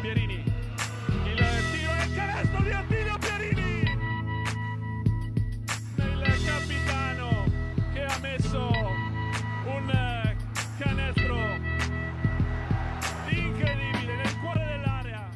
Pierini, il tiro e il canestro di Attilio Pierini, il capitano che ha messo un canestro incredibile nel cuore dell'area.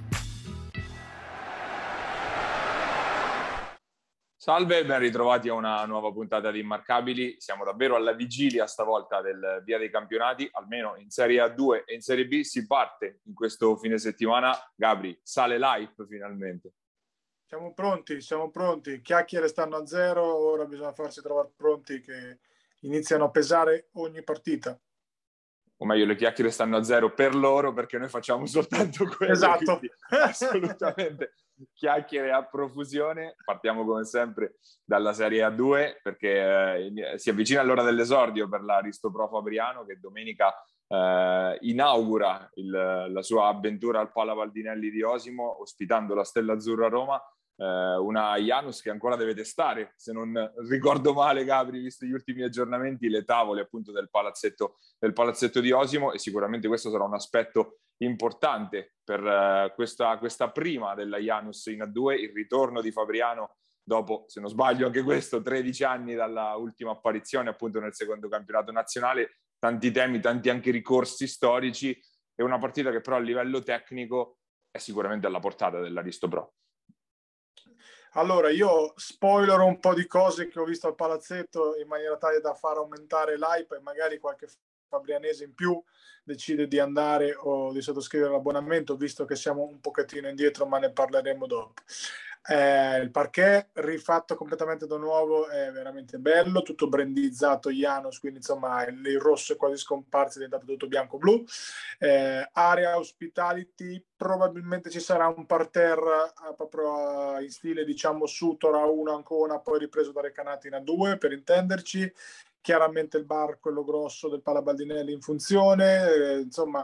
Salve, ben ritrovati a una nuova puntata di Immarcabili. Siamo davvero alla vigilia stavolta del via dei campionati, almeno in Serie A2 e in Serie B si parte in questo fine settimana. Gabri, sale l'hype finalmente. Siamo pronti. Chiacchiere stanno a zero, ora bisogna farsi trovare pronti che iniziano a pesare ogni partita. O meglio, le chiacchiere stanno a zero per loro perché noi facciamo soltanto quello. Esatto. Assolutamente. Chiacchiere a profusione. Partiamo come sempre dalla Serie A2 perché si avvicina l'ora dell'esordio per l'Aristopro Fabriano che domenica inaugura la sua avventura al Pala Baldinelli di Osimo ospitando la Stella Azzurra Roma. Una Janus che ancora deve testare, se non ricordo male, Gabri, visto gli ultimi aggiornamenti, le tavole appunto del palazzetto di Osimo, e sicuramente questo sarà un aspetto importante per questa prima della Janus in A2, il ritorno di Fabriano dopo, se non sbaglio anche questo, 13 anni dalla ultima apparizione appunto nel secondo campionato nazionale, tanti temi, tanti anche ricorsi storici, e una partita che però a livello tecnico è sicuramente alla portata dell'Aristopro. Allora, io spoilerò un po' di cose che ho visto al palazzetto in maniera tale da far aumentare l'hype e magari qualche fabrianese in più decide di andare o di sottoscrivere l'abbonamento, visto che siamo un pochettino indietro, ma ne parleremo dopo. Il parquet rifatto completamente da nuovo è veramente bello, tutto brandizzato Janus, quindi insomma il rosso è quasi scomparso, è diventato tutto bianco-blu. Area hospitality, probabilmente ci sarà un parterre proprio in stile diciamo Sutor A1 Ancona, poi ripreso da Recanati in A2 per intenderci. Chiaramente il bar, quello grosso del Pala Baldinelli in funzione, insomma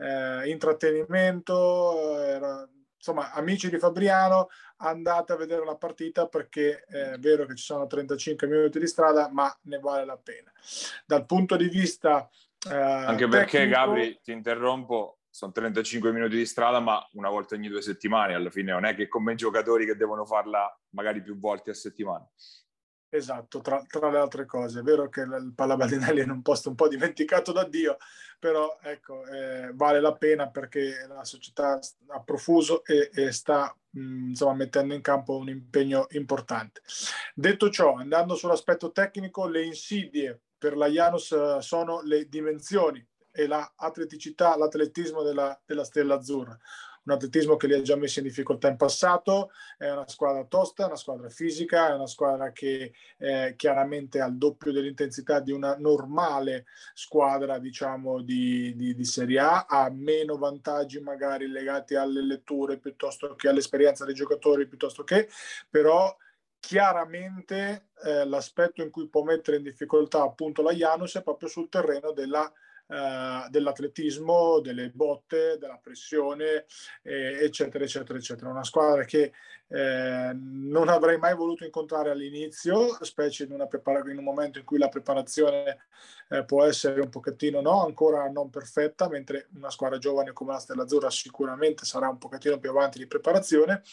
intrattenimento, insomma amici di Fabriano, andate a vedere la partita perché è vero che ci sono 35 minuti di strada, ma ne vale la pena. Dal punto di vista anche perché tecnico, Gabri, ti interrompo, sono 35 minuti di strada, ma una volta ogni 2 settimane, alla fine non è che come i giocatori che devono farla magari più volte a settimana. Esatto, tra le altre cose. È vero che il Pala Baldinelli è in un posto un po' dimenticato da Dio, però ecco, vale la pena perché la società ha profuso e sta insomma, mettendo in campo un impegno importante. Detto ciò, andando sull'aspetto tecnico, le insidie per la Janus sono le dimensioni e la atleticità, l'atletismo della Stella Azzurra. Un atletismo che li ha già messi in difficoltà in passato, è una squadra tosta, una squadra fisica, è una squadra che chiaramente ha il doppio dell'intensità di una normale squadra diciamo di Serie A, ha meno vantaggi magari legati alle letture piuttosto che all'esperienza dei giocatori, piuttosto che, però chiaramente l'aspetto in cui può mettere in difficoltà appunto la Janus è proprio sul terreno dell'atletismo, delle botte, della pressione, eccetera, eccetera, eccetera. Una squadra che non avrei mai voluto incontrare all'inizio, specie in un momento in cui la preparazione può essere un pochettino ancora non perfetta, mentre una squadra giovane come la Stella Azzurra sicuramente sarà un pochettino più avanti di preparazione.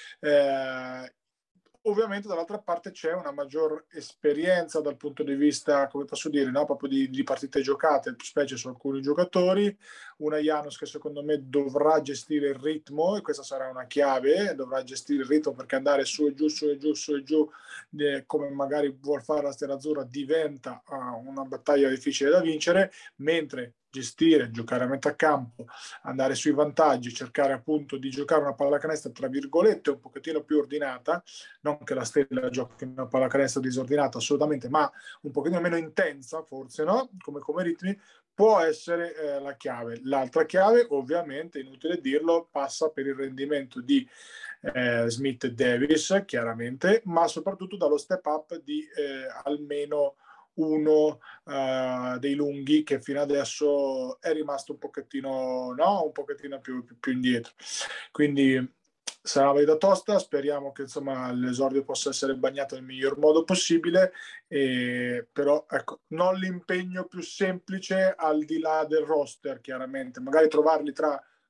Ovviamente dall'altra parte c'è una maggior esperienza dal punto di vista, come posso dire, proprio di partite giocate, specie su alcuni giocatori. Una Janus che secondo me dovrà gestire il ritmo, e questa sarà una chiave, dovrà gestire il ritmo perché andare su e giù, su e giù, su e giù, come magari vuol fare la Stella Azzurra, diventa una battaglia difficile da vincere, mentre gestire, giocare a metà campo, andare sui vantaggi, cercare appunto di giocare una pallacanestro tra virgolette un pochettino più ordinata, non che la Stella giochi una pallacanestro disordinata assolutamente, ma un pochettino meno intensa forse, no? Come ritmi, può essere la chiave. L'altra chiave, ovviamente, inutile dirlo, passa per il rendimento di Smith e Davis, chiaramente, ma soprattutto dallo step up di almeno uno dei lunghi che fino adesso è rimasto un pochettino più indietro, quindi sarà una verità tosta. Speriamo che insomma l'esordio possa essere bagnato nel miglior modo possibile, però ecco, non l'impegno più semplice al di là del roster, chiaramente magari trovarli tra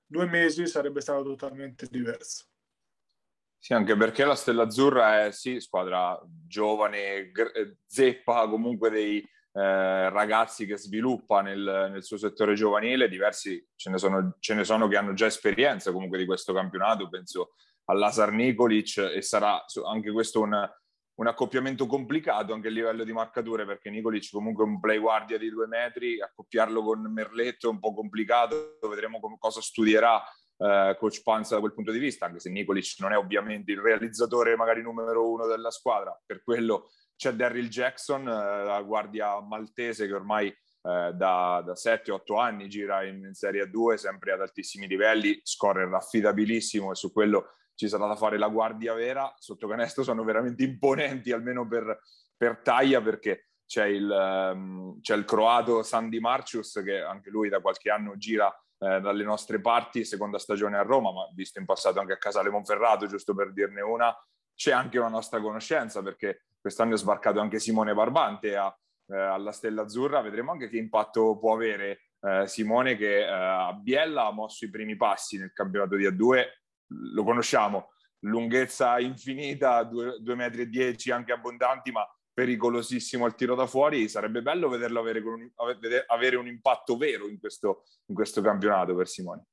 2 mesi sarebbe stato totalmente diverso. Sì, anche perché la Stella Azzurra è sì, squadra giovane, zeppa comunque dei ragazzi che sviluppa nel suo settore giovanile, diversi ce ne sono che hanno già esperienza comunque di questo campionato, penso a Lazar Nikolic, e sarà anche questo un accoppiamento complicato anche a livello di marcature, perché Nikolic comunque è un play guardia di 2 metri, accoppiarlo con Merletto è un po' complicato, vedremo cosa studierà coach Panza da quel punto di vista, anche se Nikolic non è ovviamente il realizzatore magari numero 1 della squadra. Per quello c'è Daryl Jackson, la guardia maltese, che ormai da 7-8 anni gira in Serie 2, sempre ad altissimi livelli, scorre affidabilissimo, e su quello ci sarà da fare la guardia vera. Sotto canestro sono veramente imponenti, almeno per taglia, perché c'è il croato Sandy Marcius, che anche lui da qualche anno gira dalle nostre parti, seconda stagione a Roma, ma visto in passato anche a Casale Monferrato, giusto per dirne una. C'è anche una nostra conoscenza, perché quest'anno è sbarcato anche Simone Barbante alla Stella Azzurra. Vedremo anche che impatto può avere Simone, che a Biella ha mosso i primi passi nel campionato di A2. Lo conosciamo, lunghezza infinita, 2,10 metri anche abbondanti, ma pericolosissimo al tiro da fuori. Sarebbe bello vederlo avere un impatto vero in questo campionato per Simone.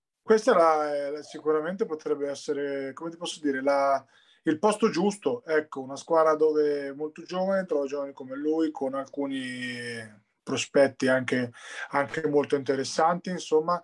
Questa sicuramente potrebbe essere, come ti posso dire, il posto giusto. Ecco, una squadra dove è molto giovane, trova giovani come lui, con alcuni prospetti anche molto interessanti, insomma,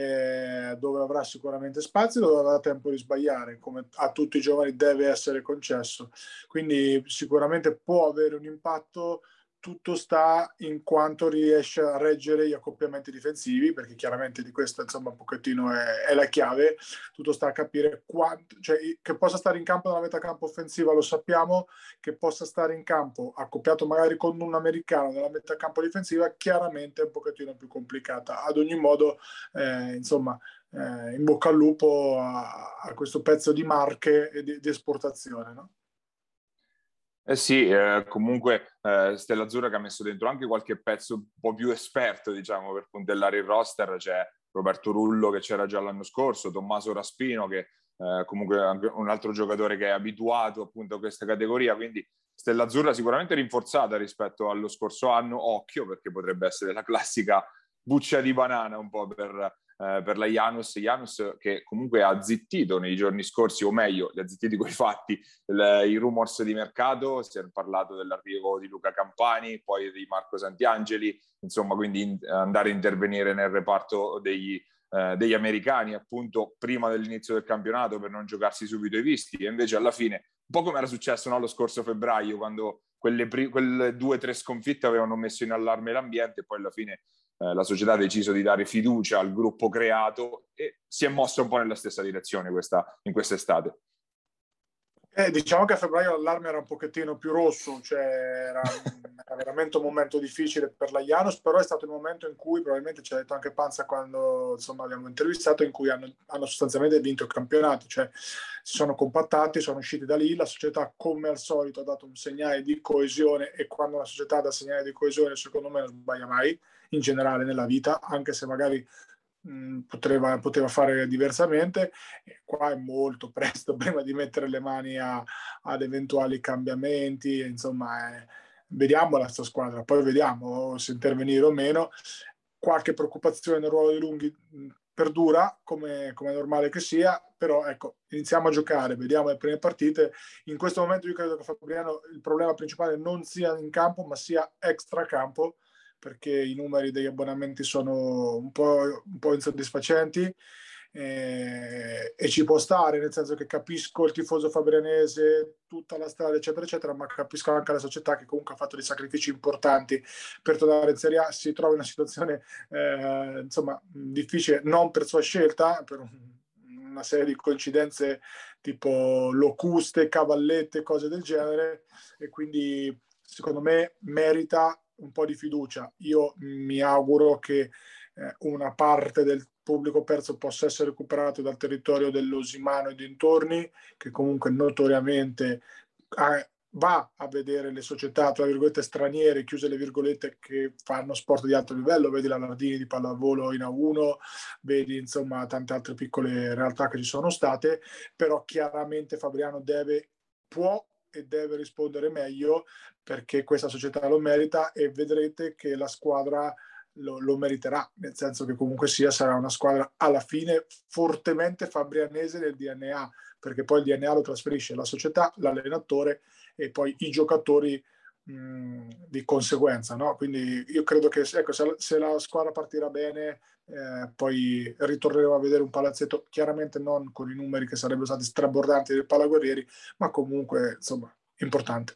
dove avrà sicuramente spazio, dove avrà tempo di sbagliare, come a tutti i giovani deve essere concesso. Quindi sicuramente può avere un impatto. Tutto sta in quanto riesce a reggere gli accoppiamenti difensivi, perché chiaramente di questo insomma un pochettino è la chiave. Tutto sta a capire cioè, che possa stare in campo nella metà campo offensiva, lo sappiamo, che possa stare in campo accoppiato magari con un americano nella metà campo difensiva, chiaramente è un pochettino più complicata. Ad ogni modo, insomma, in bocca al lupo a questo pezzo di marche e di esportazione, no? Eh sì, comunque Stella Azzurra che ha messo dentro anche qualche pezzo un po' più esperto, diciamo, per puntellare il roster. C'è Roberto Rullo, che c'era già l'anno scorso, Tommaso Raspino, che comunque è anche un altro giocatore che è abituato appunto a questa categoria, quindi Stella Azzurra sicuramente rinforzata rispetto allo scorso anno. Occhio, perché potrebbe essere la classica buccia di banana un po' per la Janus, che comunque ha zittito nei giorni scorsi, o meglio, li ha zittiti coi fatti, i rumors di mercato. Si è parlato dell'arrivo di Luca Campani, poi di Marco Santiangeli, insomma, quindi andare a intervenire nel reparto degli americani, appunto, prima dell'inizio del campionato, per non giocarsi subito i visti. E invece alla fine, un po' come era successo, no, lo scorso febbraio, quando quelle 2 o 3 sconfitte avevano messo in allarme l'ambiente, e poi alla fine la società ha deciso di dare fiducia al gruppo creato e si è mossa un po' nella stessa direzione in quest'estate. Diciamo che a febbraio l'allarme era un pochettino più rosso, cioè era veramente un momento difficile per la Janus, però è stato il momento in cui, probabilmente ci ha detto anche Panza quando insomma abbiamo intervistato, in cui hanno sostanzialmente vinto il campionato, cioè si sono compattati, sono usciti da lì. La società, come al solito, ha dato un segnale di coesione, e quando una società dà segnale di coesione, secondo me non sbaglia mai in generale nella vita, anche se magari poteva fare diversamente. Qua è molto presto prima di mettere le mani ad eventuali cambiamenti, insomma, vediamo la sua squadra, poi vediamo se intervenire o meno. Qualche preoccupazione nel ruolo di Lunghi perdura, come è normale che sia, però ecco, iniziamo a giocare, vediamo le prime partite. In questo momento io credo che Fabriano il problema principale non sia in campo, ma sia extra campo, perché i numeri degli abbonamenti sono un po' insoddisfacenti, e ci può stare, nel senso che capisco il tifoso fabrianese, tutta la strada eccetera eccetera, ma capisco anche la società, che comunque ha fatto dei sacrifici importanti per tornare in Serie A. Si trova in una situazione insomma difficile, non per sua scelta, per una serie di coincidenze tipo locuste, cavallette, cose del genere, e quindi secondo me merita un po' di fiducia. Io mi auguro che una parte del pubblico perso possa essere recuperato dal territorio dell'Osimano e dintorni, che comunque notoriamente va a vedere le società, tra virgolette, straniere, chiuse le virgolette, che fanno sport di alto livello, vedi la Lardini di pallavolo in A1, vedi insomma tante altre piccole realtà che ci sono state, però chiaramente Fabriano può e deve rispondere meglio, perché questa società lo merita e vedrete che la squadra lo meriterà, nel senso che comunque sia sarà una squadra alla fine fortemente fabrianese nel DNA, perché poi il DNA lo trasferisce la società, l'allenatore e poi i giocatori di conseguenza, no? Quindi io credo che ecco, se la squadra partirà bene, poi ritorneremo a vedere un palazzetto, chiaramente non con i numeri che sarebbero stati strabordanti dei Palaguerrieri, ma comunque insomma importante.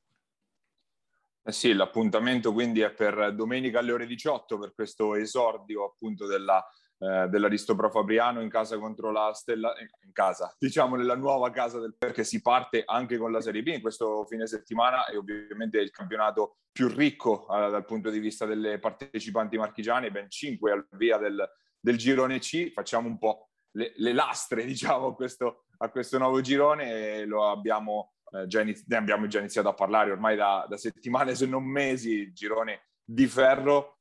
Sì, l'appuntamento quindi è per domenica alle ore 18 per questo esordio appunto dell'Aristopro Fabriano in casa contro la Stella, in casa, diciamo nella nuova casa perché si parte anche con la Serie B in questo fine settimana e ovviamente il campionato più ricco dal punto di vista delle partecipanti marchigiane, ben 5 al via del girone C. Facciamo un po' le lastre, diciamo, a questo nuovo girone e lo abbiamo ne abbiamo già iniziato a parlare ormai da settimane se non mesi, girone di ferro,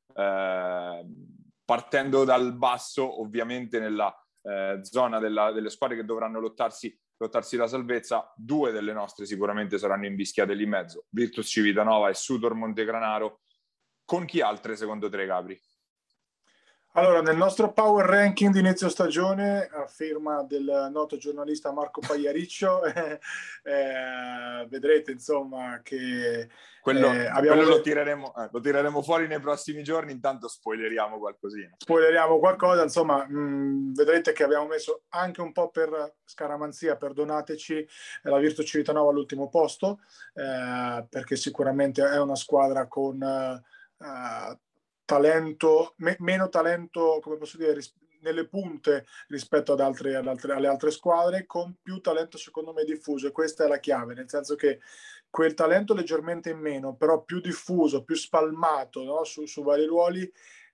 partendo dal basso ovviamente nella zona delle squadre che dovranno lottarsi la salvezza. 2 delle nostre sicuramente saranno invischiate lì in mezzo, Virtus Civitanova e Sutor Montegranaro. Con chi altre secondo te, Gabri? Allora, nel nostro power ranking di inizio stagione, a firma del noto giornalista Marco Pagliariccio, vedrete insomma che quello lo tireremo fuori nei prossimi giorni, intanto spoileriamo qualcosina. Spoileriamo qualcosa, insomma, vedrete che abbiamo messo anche un po' per scaramanzia, perdonateci, la Virtus Civitanova all'ultimo posto, perché sicuramente è una squadra con talento, meno talento, come posso dire, nelle punte rispetto alle altre squadre, con più talento secondo me diffuso, e questa è la chiave, nel senso che quel talento leggermente in meno, però più diffuso, più spalmato, no? su vari ruoli,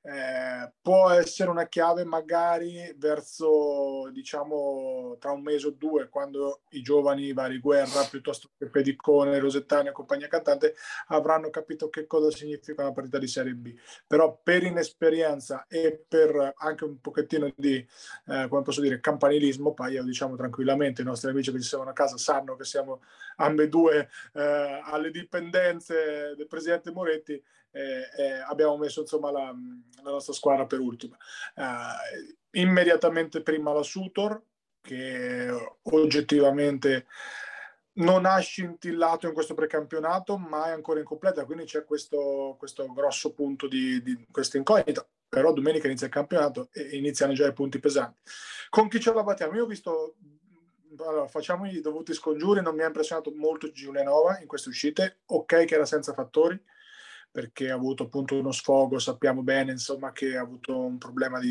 può essere una chiave magari verso, diciamo, tra un mese o 2, quando i giovani vari Guerra piuttosto che Pedicone, Rosettani e compagnia cantante avranno capito che cosa significa una partita di Serie B. Però per inesperienza e per anche un pochettino di come posso dire, campanilismo, poi io diciamo tranquillamente, i nostri amici che ci seguono a casa sanno che siamo ambedue alle dipendenze del presidente Moretti, abbiamo messo insomma la nostra squadra per ultima. Immediatamente prima la Sutor, che oggettivamente non ha scintillato in questo precampionato, ma è ancora incompleta, quindi c'è questo grosso punto di questa incognita. Però domenica inizia il campionato e iniziano già i punti pesanti. Con chi ce la battiamo? Io ho visto, allora, facciamo i dovuti scongiuri, non mi ha impressionato molto Giulianova in queste uscite, ok che era senza Fattori, perché ha avuto appunto uno sfogo, sappiamo bene insomma che ha avuto un problema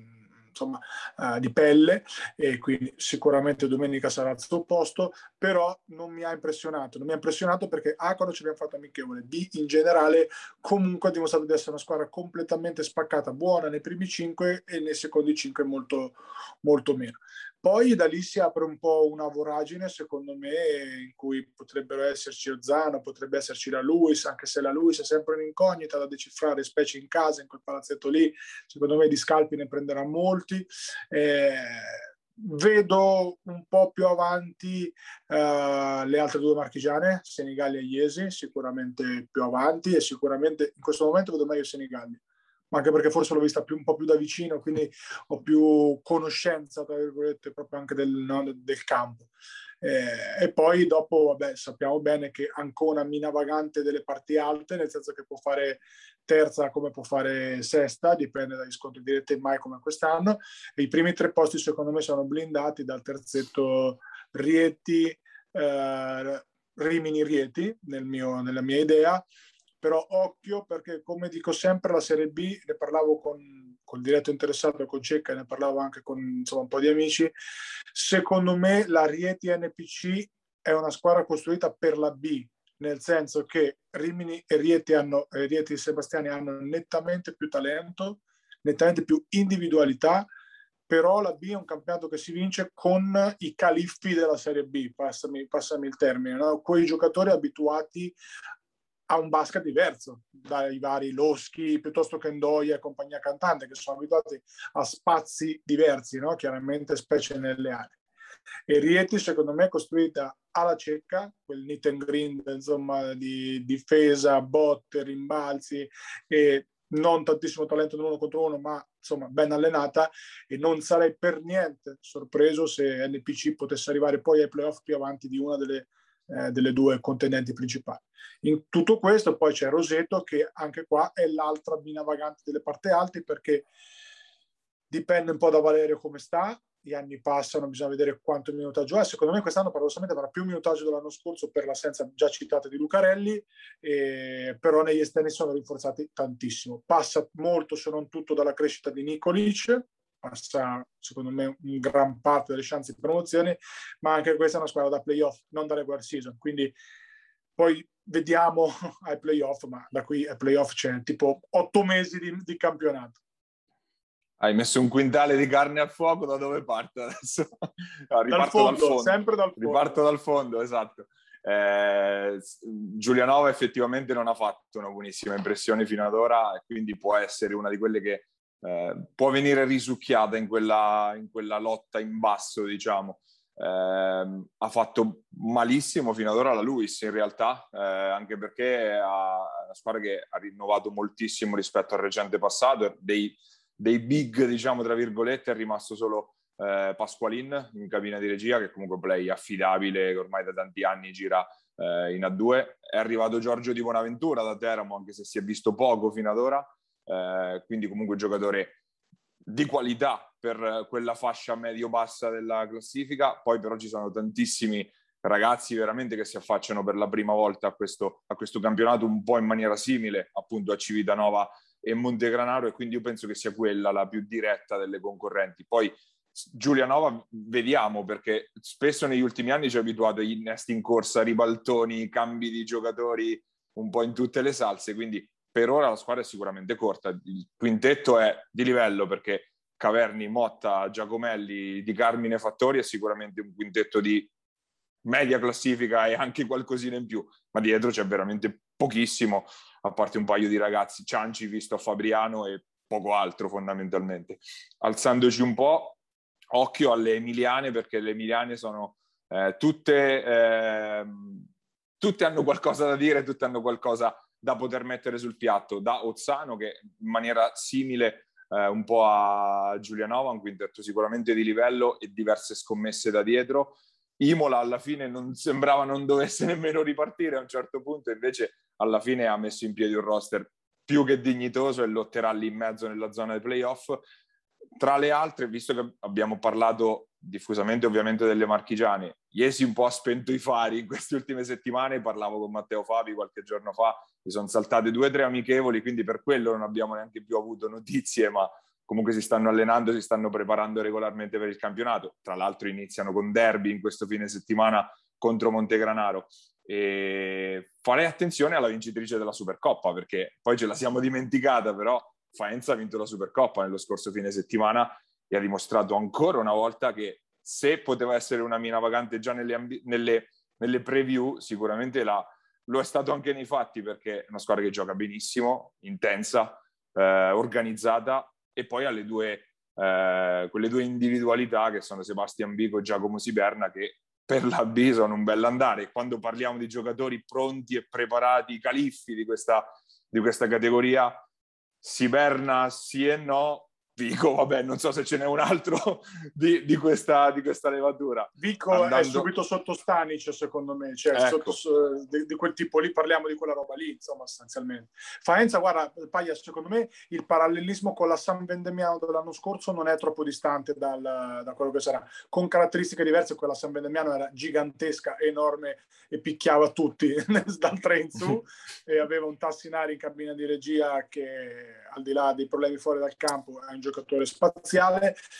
di pelle, e quindi sicuramente domenica sarà al suo posto, però non mi ha impressionato perché A, quando ci abbiamo fatto amichevole, B, in generale comunque ha dimostrato di essere una squadra completamente spaccata, buona nei primi 5 e nei secondi 5 molto, molto meno. Poi da lì si apre un po' una voragine, secondo me, in cui potrebbero esserci Ozzano, potrebbe esserci la Luis, anche se la Luis è sempre un'incognita da decifrare, specie in casa, in quel palazzetto lì. Secondo me di scalpi ne prenderà molti. Vedo un po' più avanti le altre 2 marchigiane, Senigallia e Iesi, sicuramente più avanti, e sicuramente in questo momento vedo meglio Senigallia, ma anche perché forse l'ho vista un po' più da vicino, quindi ho più conoscenza, tra virgolette, proprio anche del campo. E poi dopo, vabbè, sappiamo bene che Ancona mina vagante delle parti alte, nel senso che può fare terza come può fare sesta, dipende dagli scontri diretti e mai come quest'anno. E i primi 3 posti secondo me sono blindati dal terzetto Rieti, Rimini-Rieti, nella mia idea. Però occhio, perché come dico sempre la Serie B, ne parlavo col diretto interessato, con Cecca, ne parlavo anche con insomma, un po' di amici, secondo me la Rieti NPC è una squadra costruita per la B, nel senso che Rimini e Rieti e Sebastiani hanno nettamente più talento, nettamente più individualità, però la B è un campionato che si vince con i califfi della Serie B, passami il termine, no? Quei giocatori abituati a un basket diverso dai vari Loschi piuttosto che Ndoye e compagnia cantante, che sono abituati a spazi diversi, no? Chiaramente specie nelle aree. E Rieti secondo me è costruita alla cieca, quel knit and green, insomma, di difesa, botte, rimbalzi e non tantissimo talento dell'uno contro uno, ma insomma ben allenata, e non sarei per niente sorpreso se NPC potesse arrivare poi ai playoff più avanti di una delle due contendenti principali. In tutto questo poi c'è Roseto, che anche qua è l'altra mina vagante delle parti alte, perché dipende un po' da Valerio come sta, gli anni passano, bisogna vedere quanto minutaggio è. Secondo me quest'anno paradossalmente avrà più minutaggio dell'anno scorso per l'assenza già citata di Lucarelli, però negli esterni sono rinforzati tantissimo. Passa molto, se non tutto, dalla crescita di Nikolic, passa secondo me un gran parte delle chance di promozione, ma anche questa è una squadra da playoff, non da regular season, quindi poi vediamo ai playoff, ma da qui ai playoff c'è tipo 8 mesi di campionato. Hai messo un quintale di carne al fuoco, da dove parto adesso? No, riparto dal fondo, sempre dal fondo. Riparto dal fondo, esatto. Giulianova effettivamente non ha fatto una buonissima impressione fino ad ora, e quindi può essere una di quelle che può venire risucchiata in quella lotta in basso, diciamo. Ha fatto malissimo fino ad ora la Lewis in realtà, anche perché è una squadra che ha rinnovato moltissimo rispetto al recente passato. Dei big, diciamo tra virgolette, è rimasto solo Pasqualin in cabina di regia, che comunque play affidabile, che ormai da tanti anni gira in A2. È arrivato Giorgio Di Bonaventura da Teramo, anche se si è visto poco fino ad ora, quindi comunque giocatore di qualità per quella fascia medio-bassa della classifica. Poi però ci sono tantissimi ragazzi veramente che si affacciano per la prima volta a questo campionato, un po' in maniera simile appunto a Civitanova e Montegranaro, e quindi io penso che sia quella la più diretta delle concorrenti. Poi Giulianova vediamo, perché spesso negli ultimi anni ci ha abituato agli innesti in corsa, ribaltoni, cambi di giocatori un po' in tutte le salse, quindi per ora la squadra è sicuramente corta. Il quintetto è di livello, perché Caverni, Motta, Giacomelli, Di Carmine, Fattori è sicuramente un quintetto di media classifica e anche qualcosina in più, ma dietro c'è veramente pochissimo, a parte un paio di ragazzi, Cianci visto a Fabriano e poco altro fondamentalmente. Alzandoci un po', occhio alle emiliane, perché le emiliane sono tutte hanno qualcosa da dire, tutte hanno qualcosa da poter mettere sul piatto. Da Ozzano, che in maniera simile un po' a Giulianova, un quintetto sicuramente di livello e diverse scommesse da dietro. Imola alla fine non sembrava non dovesse nemmeno ripartire a un certo punto, invece alla fine ha messo in piedi un roster più che dignitoso e lotterà lì in mezzo nella zona dei playoff. Tra le altre, visto che abbiamo parlato diffusamente ovviamente delle marchigiane, Iesi un po' ha spento i fari in queste ultime settimane. Parlavo con Matteo Fabi qualche giorno fa, mi sono saltate 2 o 3 amichevoli, quindi per quello non abbiamo neanche più avuto notizie, ma comunque si stanno allenando, si stanno preparando regolarmente per il campionato. Tra l'altro iniziano con derby in questo fine settimana contro Montegranaro. E farei attenzione alla vincitrice della Supercoppa, perché poi ce la siamo dimenticata, però Faenza ha vinto la Supercoppa nello scorso fine settimana e ha dimostrato ancora una volta che se poteva essere una mina vagante già nelle preview, sicuramente lo è stato anche nei fatti, perché è una squadra che gioca benissimo, intensa, organizzata, e poi ha quelle 2 individualità che sono Sebastian Bico e Giacomo Siberna, che per la B sono un bell'andare. Quando parliamo di giocatori pronti e preparati, califfi di questa categoria, Siberna sì e no, Vico vabbè, non so se ce n'è un altro di questa levatura. Vico è subito sotto Stanic, secondo me, cioè ecco. di quel tipo lì, parliamo di quella roba lì, insomma, sostanzialmente. Faenza, guarda, Paglia, secondo me il parallelismo con la San Vendemiano dell'anno scorso non è troppo distante da quello che sarà, con caratteristiche diverse. Quella San Vendemiano era gigantesca, enorme e picchiava tutti dal 3 in su e aveva un Tassinari in cabina di regia che, al di là dei problemi fuori dal campo, è un giocatore spaziale.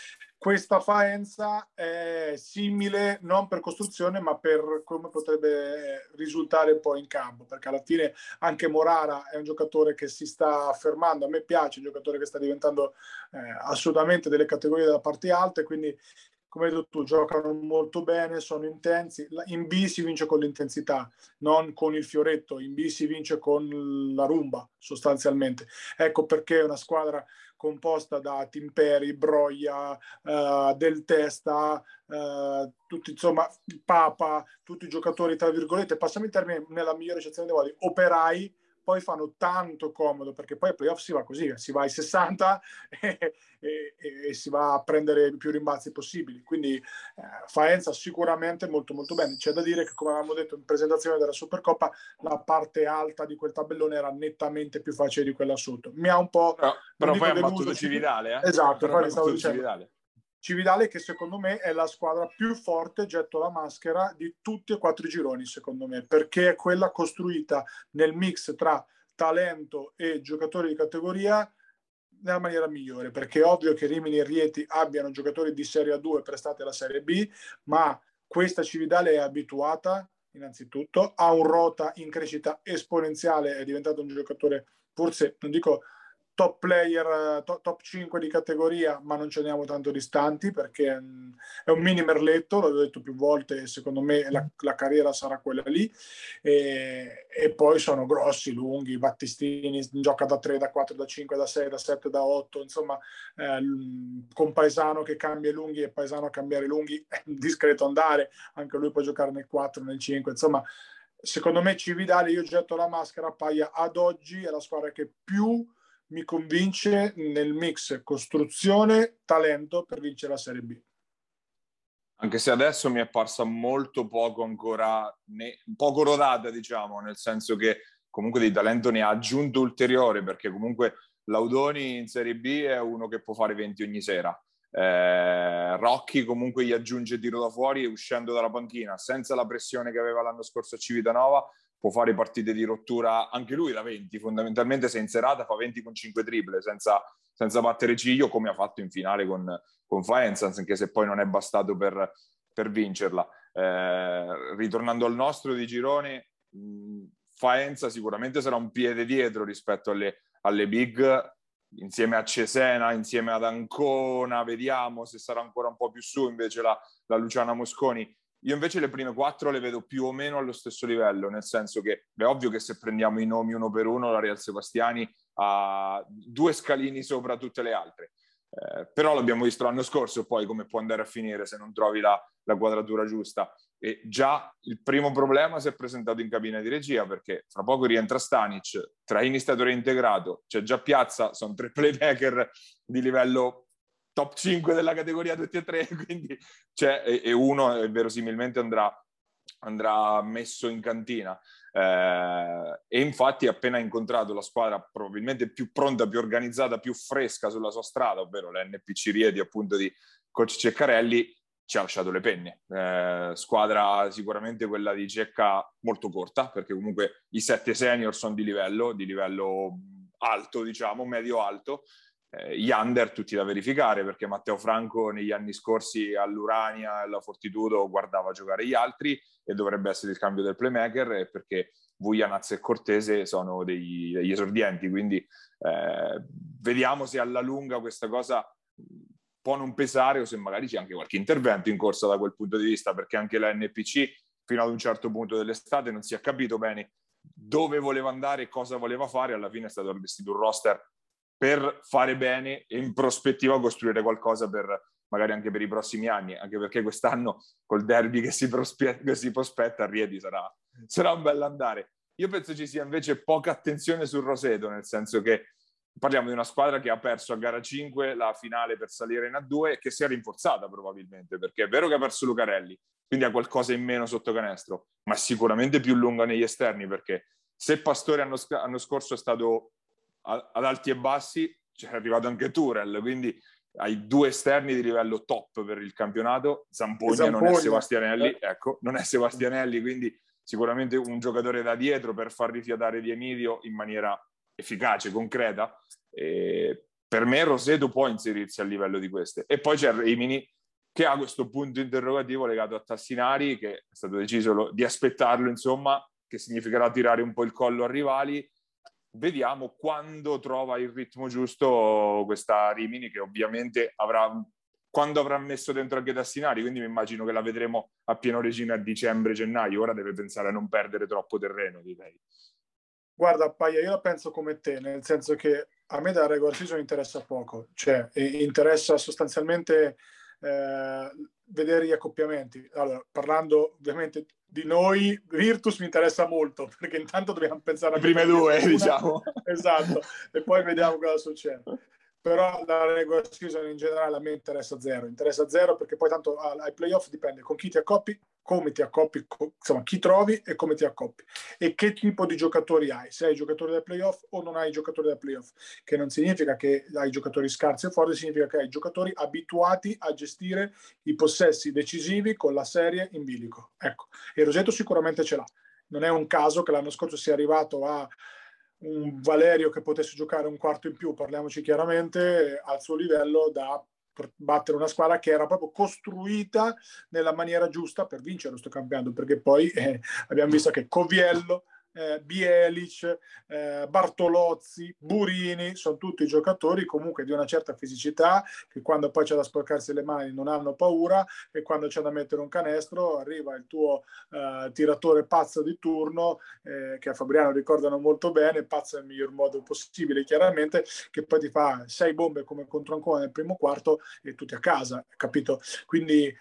questa Faenza è simile non per costruzione ma per come potrebbe risultare poi in campo, perché alla fine anche Morara è un giocatore che si sta affermando, a me piace, un giocatore che sta diventando assolutamente delle categorie della parte alta, e quindi come hai detto tu giocano molto bene, sono intensi. In B si vince con l'intensità, non con il fioretto, in B si vince con la rumba sostanzialmente. Ecco perché è una squadra composta da Timperi, Broia, Del Testa, tutti, insomma, Papa, tutti i giocatori, tra virgolette, passami il termine nella migliore eccezione dei modi, operai, poi fanno tanto comodo, perché poi ai playoff si va così, si va ai 60 e si va a prendere i più rimbalzi possibili. Quindi Faenza sicuramente molto molto bene. C'è da dire che, come avevamo detto in presentazione della Supercoppa, la parte alta di quel tabellone era nettamente più facile di quella sotto. Mi ha un po', però poi ha deluso. battuto Cividale, Esatto, però poi infatti ha stavo battuto dicendo. Cividale. Cividale, che secondo me è la squadra più forte, getto la maschera, di tutti e 4 i gironi, secondo me, perché è quella costruita nel mix tra talento e giocatori di categoria nella maniera migliore, perché è ovvio che Rimini e Rieti abbiano giocatori di Serie A2 prestati alla Serie B, ma questa Cividale è abituata, innanzitutto, ha un Rota in crescita esponenziale, è diventato un giocatore, forse, non dico top player, top 5 di categoria, ma non ce ne andiamo tanto distanti, perché è un mini merletto, l'ho detto più volte, e secondo me la carriera sarà quella lì. E poi sono grossi, lunghi, Battistini gioca da 3, da 4, da 5, da 6, da 7, da 8, insomma, con Paesano che cambia i lunghi e Paesano a cambiare i lunghi è un discreto andare, anche lui può giocare nel 4, nel 5, insomma. Secondo me Cividale, io getto la maschera, Paia ad oggi è la squadra che più mi convince nel mix costruzione talento per vincere la Serie B. Anche se adesso mi è parsa molto poco ancora, poco rodata, diciamo, nel senso che comunque di talento ne ha aggiunto ulteriore, perché comunque Laudoni in Serie B è uno che può fare 20 ogni sera. Rocchi comunque gli aggiunge tiro da fuori uscendo dalla panchina, senza la pressione che aveva l'anno scorso a Civitanova, può fare partite di rottura anche lui da 20, fondamentalmente se in serata fa 20 con 5 triple senza battere ciglio, come ha fatto in finale con Faenza, anche se poi non è bastato per vincerla. Ritornando al nostro di girone, Faenza sicuramente sarà un piede dietro rispetto alle big, insieme a Cesena, insieme ad Ancona, vediamo se sarà ancora un po' più su invece la Luciana Mosconi. Io invece le prime 4 le vedo più o meno allo stesso livello, nel senso che è ovvio che se prendiamo i nomi uno per uno, la Real Sebastiani ha 2 scalini sopra tutte le altre. Però l'abbiamo visto l'anno scorso poi come può andare a finire se non trovi la quadratura giusta. E già il primo problema si è presentato in cabina di regia, perché fra poco rientra Stanic, Traini è stato reintegrato, c'è già Piazza, sono 3 playmaker di livello top 5 della categoria tutti e 3, quindi e uno verosimilmente andrà messo in cantina. E infatti appena incontrato la squadra probabilmente più pronta, più organizzata, più fresca sulla sua strada, ovvero l'NPC Rieti appunto di coach Ceccarelli, ci ha lasciato le penne. Squadra sicuramente quella di Cecca molto corta, perché comunque i 7 senior sono di livello alto, diciamo, medio-alto. Gli under tutti da verificare, perché Matteo Franco negli anni scorsi all'Urania e alla Fortitudo guardava giocare gli altri e dovrebbe essere il cambio del playmaker, e perché Vujanaz e Cortese sono degli esordienti, quindi vediamo se alla lunga questa cosa può non pesare o se magari c'è anche qualche intervento in corsa da quel punto di vista, perché anche la NPC fino ad un certo punto dell'estate non si è capito bene dove voleva andare e cosa voleva fare. Alla fine è stato allestito un roster per fare bene e in prospettiva costruire qualcosa per magari anche per i prossimi anni, anche perché quest'anno col derby che si prospetta a Rieti sarà un bell'andare. Io penso ci sia invece poca attenzione sul Roseto, nel senso che parliamo di una squadra che ha perso a gara 5 la finale per salire in A2 e che si è rinforzata probabilmente, perché è vero che ha perso Lucarelli, quindi ha qualcosa in meno sotto canestro, ma sicuramente più lunga negli esterni, perché se Pastore l'anno scorso è stato ad alti e bassi, c'è arrivato anche Turel, quindi hai 2 esterni di livello top per il campionato. Zampogna non è Sebastianelli, ecco, non è Sebastianelli, quindi sicuramente un giocatore da dietro per far rifiatare Di Emidio in maniera efficace, concreta. per me Roseto può inserirsi a livello di queste. E poi c'è Rimini, che ha questo punto interrogativo legato a Tassinari, che è stato deciso di aspettarlo, insomma, che significherà tirare un po' il collo a rivali. Vediamo quando trova il ritmo giusto questa Rimini, che ovviamente quando avrà messo dentro anche Tassinari, quindi mi immagino che la vedremo a pieno regime a dicembre-gennaio. Ora deve pensare a non perdere troppo terreno, direi. Guarda, Paia, io la penso come te, nel senso che a me da regular season interessa poco, cioè interessa sostanzialmente vedere gli accoppiamenti. Allora, parlando ovviamente di noi, Virtus mi interessa molto, perché intanto dobbiamo pensare a le prime due, diciamo. Esatto, e poi vediamo cosa succede. Però la regular season in generale a me interessa zero perché poi tanto ai playoff dipende con chi ti accoppi, come ti accoppi, insomma chi trovi e come ti accoppi e che tipo di giocatori hai, se hai giocatori da playoff o non hai giocatori da playoff, che non significa che hai giocatori scarsi o forti, significa che hai giocatori abituati a gestire i possessi decisivi con la serie in bilico. Ecco, e Roseto sicuramente ce l'ha. Non è un caso che l'anno scorso sia arrivato a un Valerio che potesse giocare un quarto in più, parliamoci chiaramente, al suo livello da battere una squadra che era proprio costruita nella maniera giusta per vincere questo campionato, perché poi abbiamo visto che Coviello, Bielic, Bartolozzi, Burini sono tutti giocatori comunque di una certa fisicità, che quando poi c'è da sporcarsi le mani non hanno paura, e quando c'è da mettere un canestro arriva il tuo tiratore pazzo di turno, che a Fabriano ricordano molto bene, pazzo nel miglior modo possibile chiaramente, che poi ti fa 6 bombe come contro Ancona nel primo quarto e tutti a casa, capito? Quindi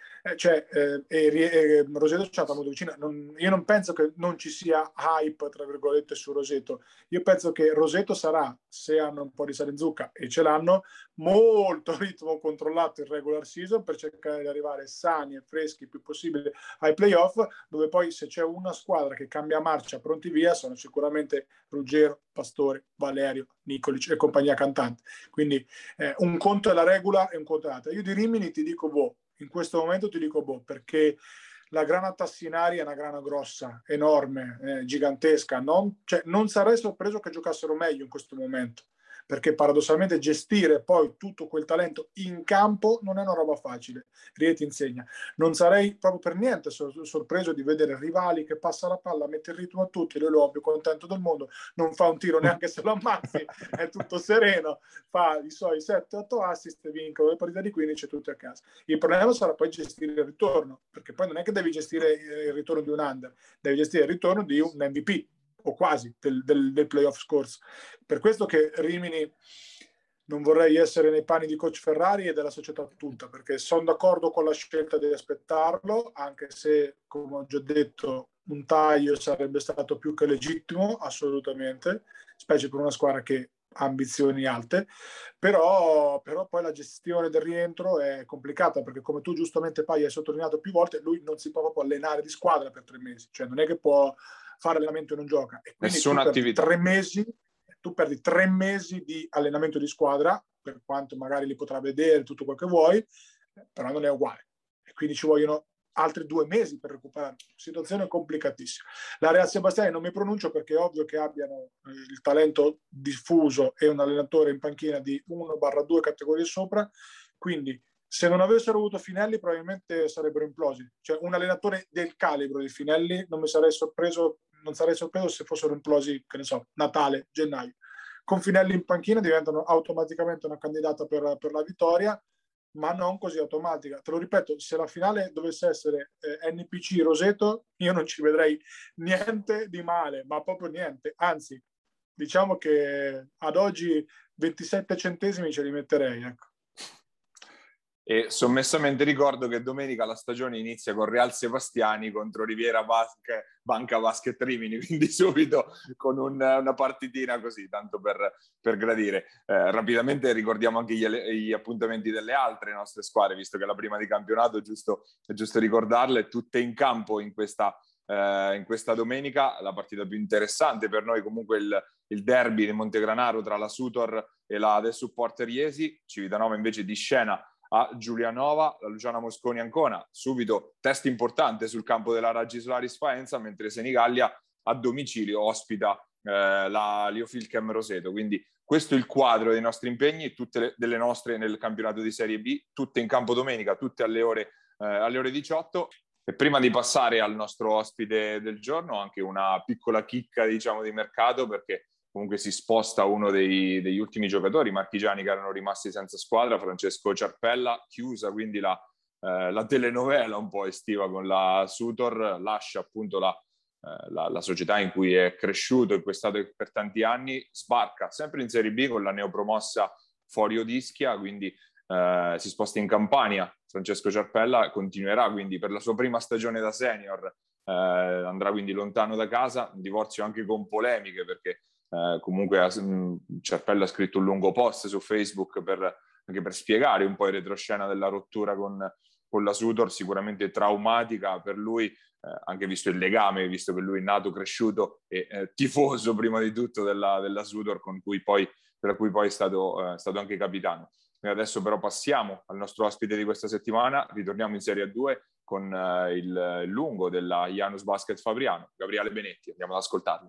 Roseto ci è molto vicino. Io non penso che non ci sia hype tra virgolette su Roseto. Io penso che Roseto sarà, se hanno un po' di sale in zucca e ce l'hanno, molto ritmo controllato in regular season per cercare di arrivare sani e freschi il più possibile ai playoff, dove poi se c'è una squadra che cambia marcia pronti via sono sicuramente Ruggero, Pastore, Valerio, Nicolic e compagnia cantante. Quindi un conto è la regola e un conto è l'altra. Io di Rimini ti dico in questo momento ti dico perché la grana Tassinari è una grana grossa, enorme, gigantesca. Non sarei sorpreso che giocassero meglio in questo momento, perché paradossalmente gestire poi tutto quel talento in campo non è una roba facile. Rieti insegna. Non sarei proprio per niente sorpreso di vedere rivali che passa la palla, mette il ritmo a tutti, lui lo più contento del mondo, non fa un tiro neanche se lo ammazzi, è tutto sereno, fa i suoi 7-8 assist e vincono le partite di 15 tutti a casa. Il problema sarà poi gestire il ritorno, perché poi non è che devi gestire il ritorno di un under, devi gestire il ritorno di un MVP o quasi del playoff scorso. Per questo che Rimini, non vorrei essere nei panni di coach Ferrari e della società tutta, perché sono d'accordo con la scelta di aspettarlo, anche se, come ho già detto, un taglio sarebbe stato più che legittimo, assolutamente, specie per una squadra che ha ambizioni alte, però poi la gestione del rientro è complicata, perché come tu giustamente Pai hai sottolineato più volte, lui non si può proprio allenare di squadra per 3 mesi, cioè non è che può fare allenamento e non gioca, e quindi nessuna attività. tu perdi 3 mesi di allenamento di squadra, per quanto magari li potrà vedere tutto quel che vuoi, però non è uguale, e quindi ci vogliono altri 2 mesi per recuperare. Situazione complicatissima. La Real Sebastiani non mi pronuncio, perché è ovvio che abbiano il talento diffuso e un allenatore in panchina di 1/2 categorie sopra, quindi se non avessero avuto Finelli probabilmente sarebbero implosi. Cioè un allenatore del calibro di Finelli non sarei sorpreso se fossero implosi, che ne so, Natale, gennaio. Con Finelli in panchina diventano automaticamente una candidata per la vittoria, ma non così automatica. Te lo ripeto, se la finale dovesse essere NPC Roseto, io non ci vedrei niente di male, ma proprio niente. Anzi, diciamo che ad oggi 27 centesimi ce li metterei, ecco. E sommessamente ricordo che domenica la stagione inizia con Real Sebastiani contro Riviera Banca Basket Rimini, quindi subito con una partitina così, tanto per gradire. Rapidamente ricordiamo anche gli appuntamenti delle altre nostre squadre, visto che la prima di campionato è giusto ricordarle, tutte in campo in questa domenica. La partita più interessante per noi comunque il derby di Montegranaro tra la Sutor e la De Supporter Iesi. Civitanova invece di scena a Giulianova, la Luciana Mosconi Ancona, subito test importante sul campo della Raggi Solaris Faenza, mentre Senigallia a domicilio ospita la Liofilchem Roseto, quindi questo è il quadro dei nostri impegni, delle nostre nel campionato di Serie B, tutte in campo domenica, tutte alle ore 18. E prima di passare al nostro ospite del giorno, anche una piccola chicca, diciamo, di mercato, perché comunque si sposta uno degli ultimi giocatori marchigiani che erano rimasti senza squadra, Francesco Ciarpella, chiusa quindi la telenovela un po' estiva con la Sutor, lascia appunto la società in cui è cresciuto, in cui è stato per tanti anni, sbarca sempre in Serie B con la neopromossa Forio d'Ischia, quindi si sposta in Campania. Francesco Ciarpella continuerà quindi per la sua prima stagione da senior, andrà quindi lontano da casa, un divorzio anche con polemiche, perché comunque Ciarpella ha scritto un lungo post su Facebook anche per spiegare un po' il retroscena della rottura con la Sutor, sicuramente traumatica per lui, anche visto il legame, visto che lui è nato, cresciuto e tifoso prima di tutto della Sutor, per cui poi è stato anche capitano. Noi adesso però passiamo al nostro ospite di questa settimana, ritorniamo in Serie A2 con il lungo della Janus Basket Fabriano, Gabriele Benetti. Andiamo ad ascoltarlo.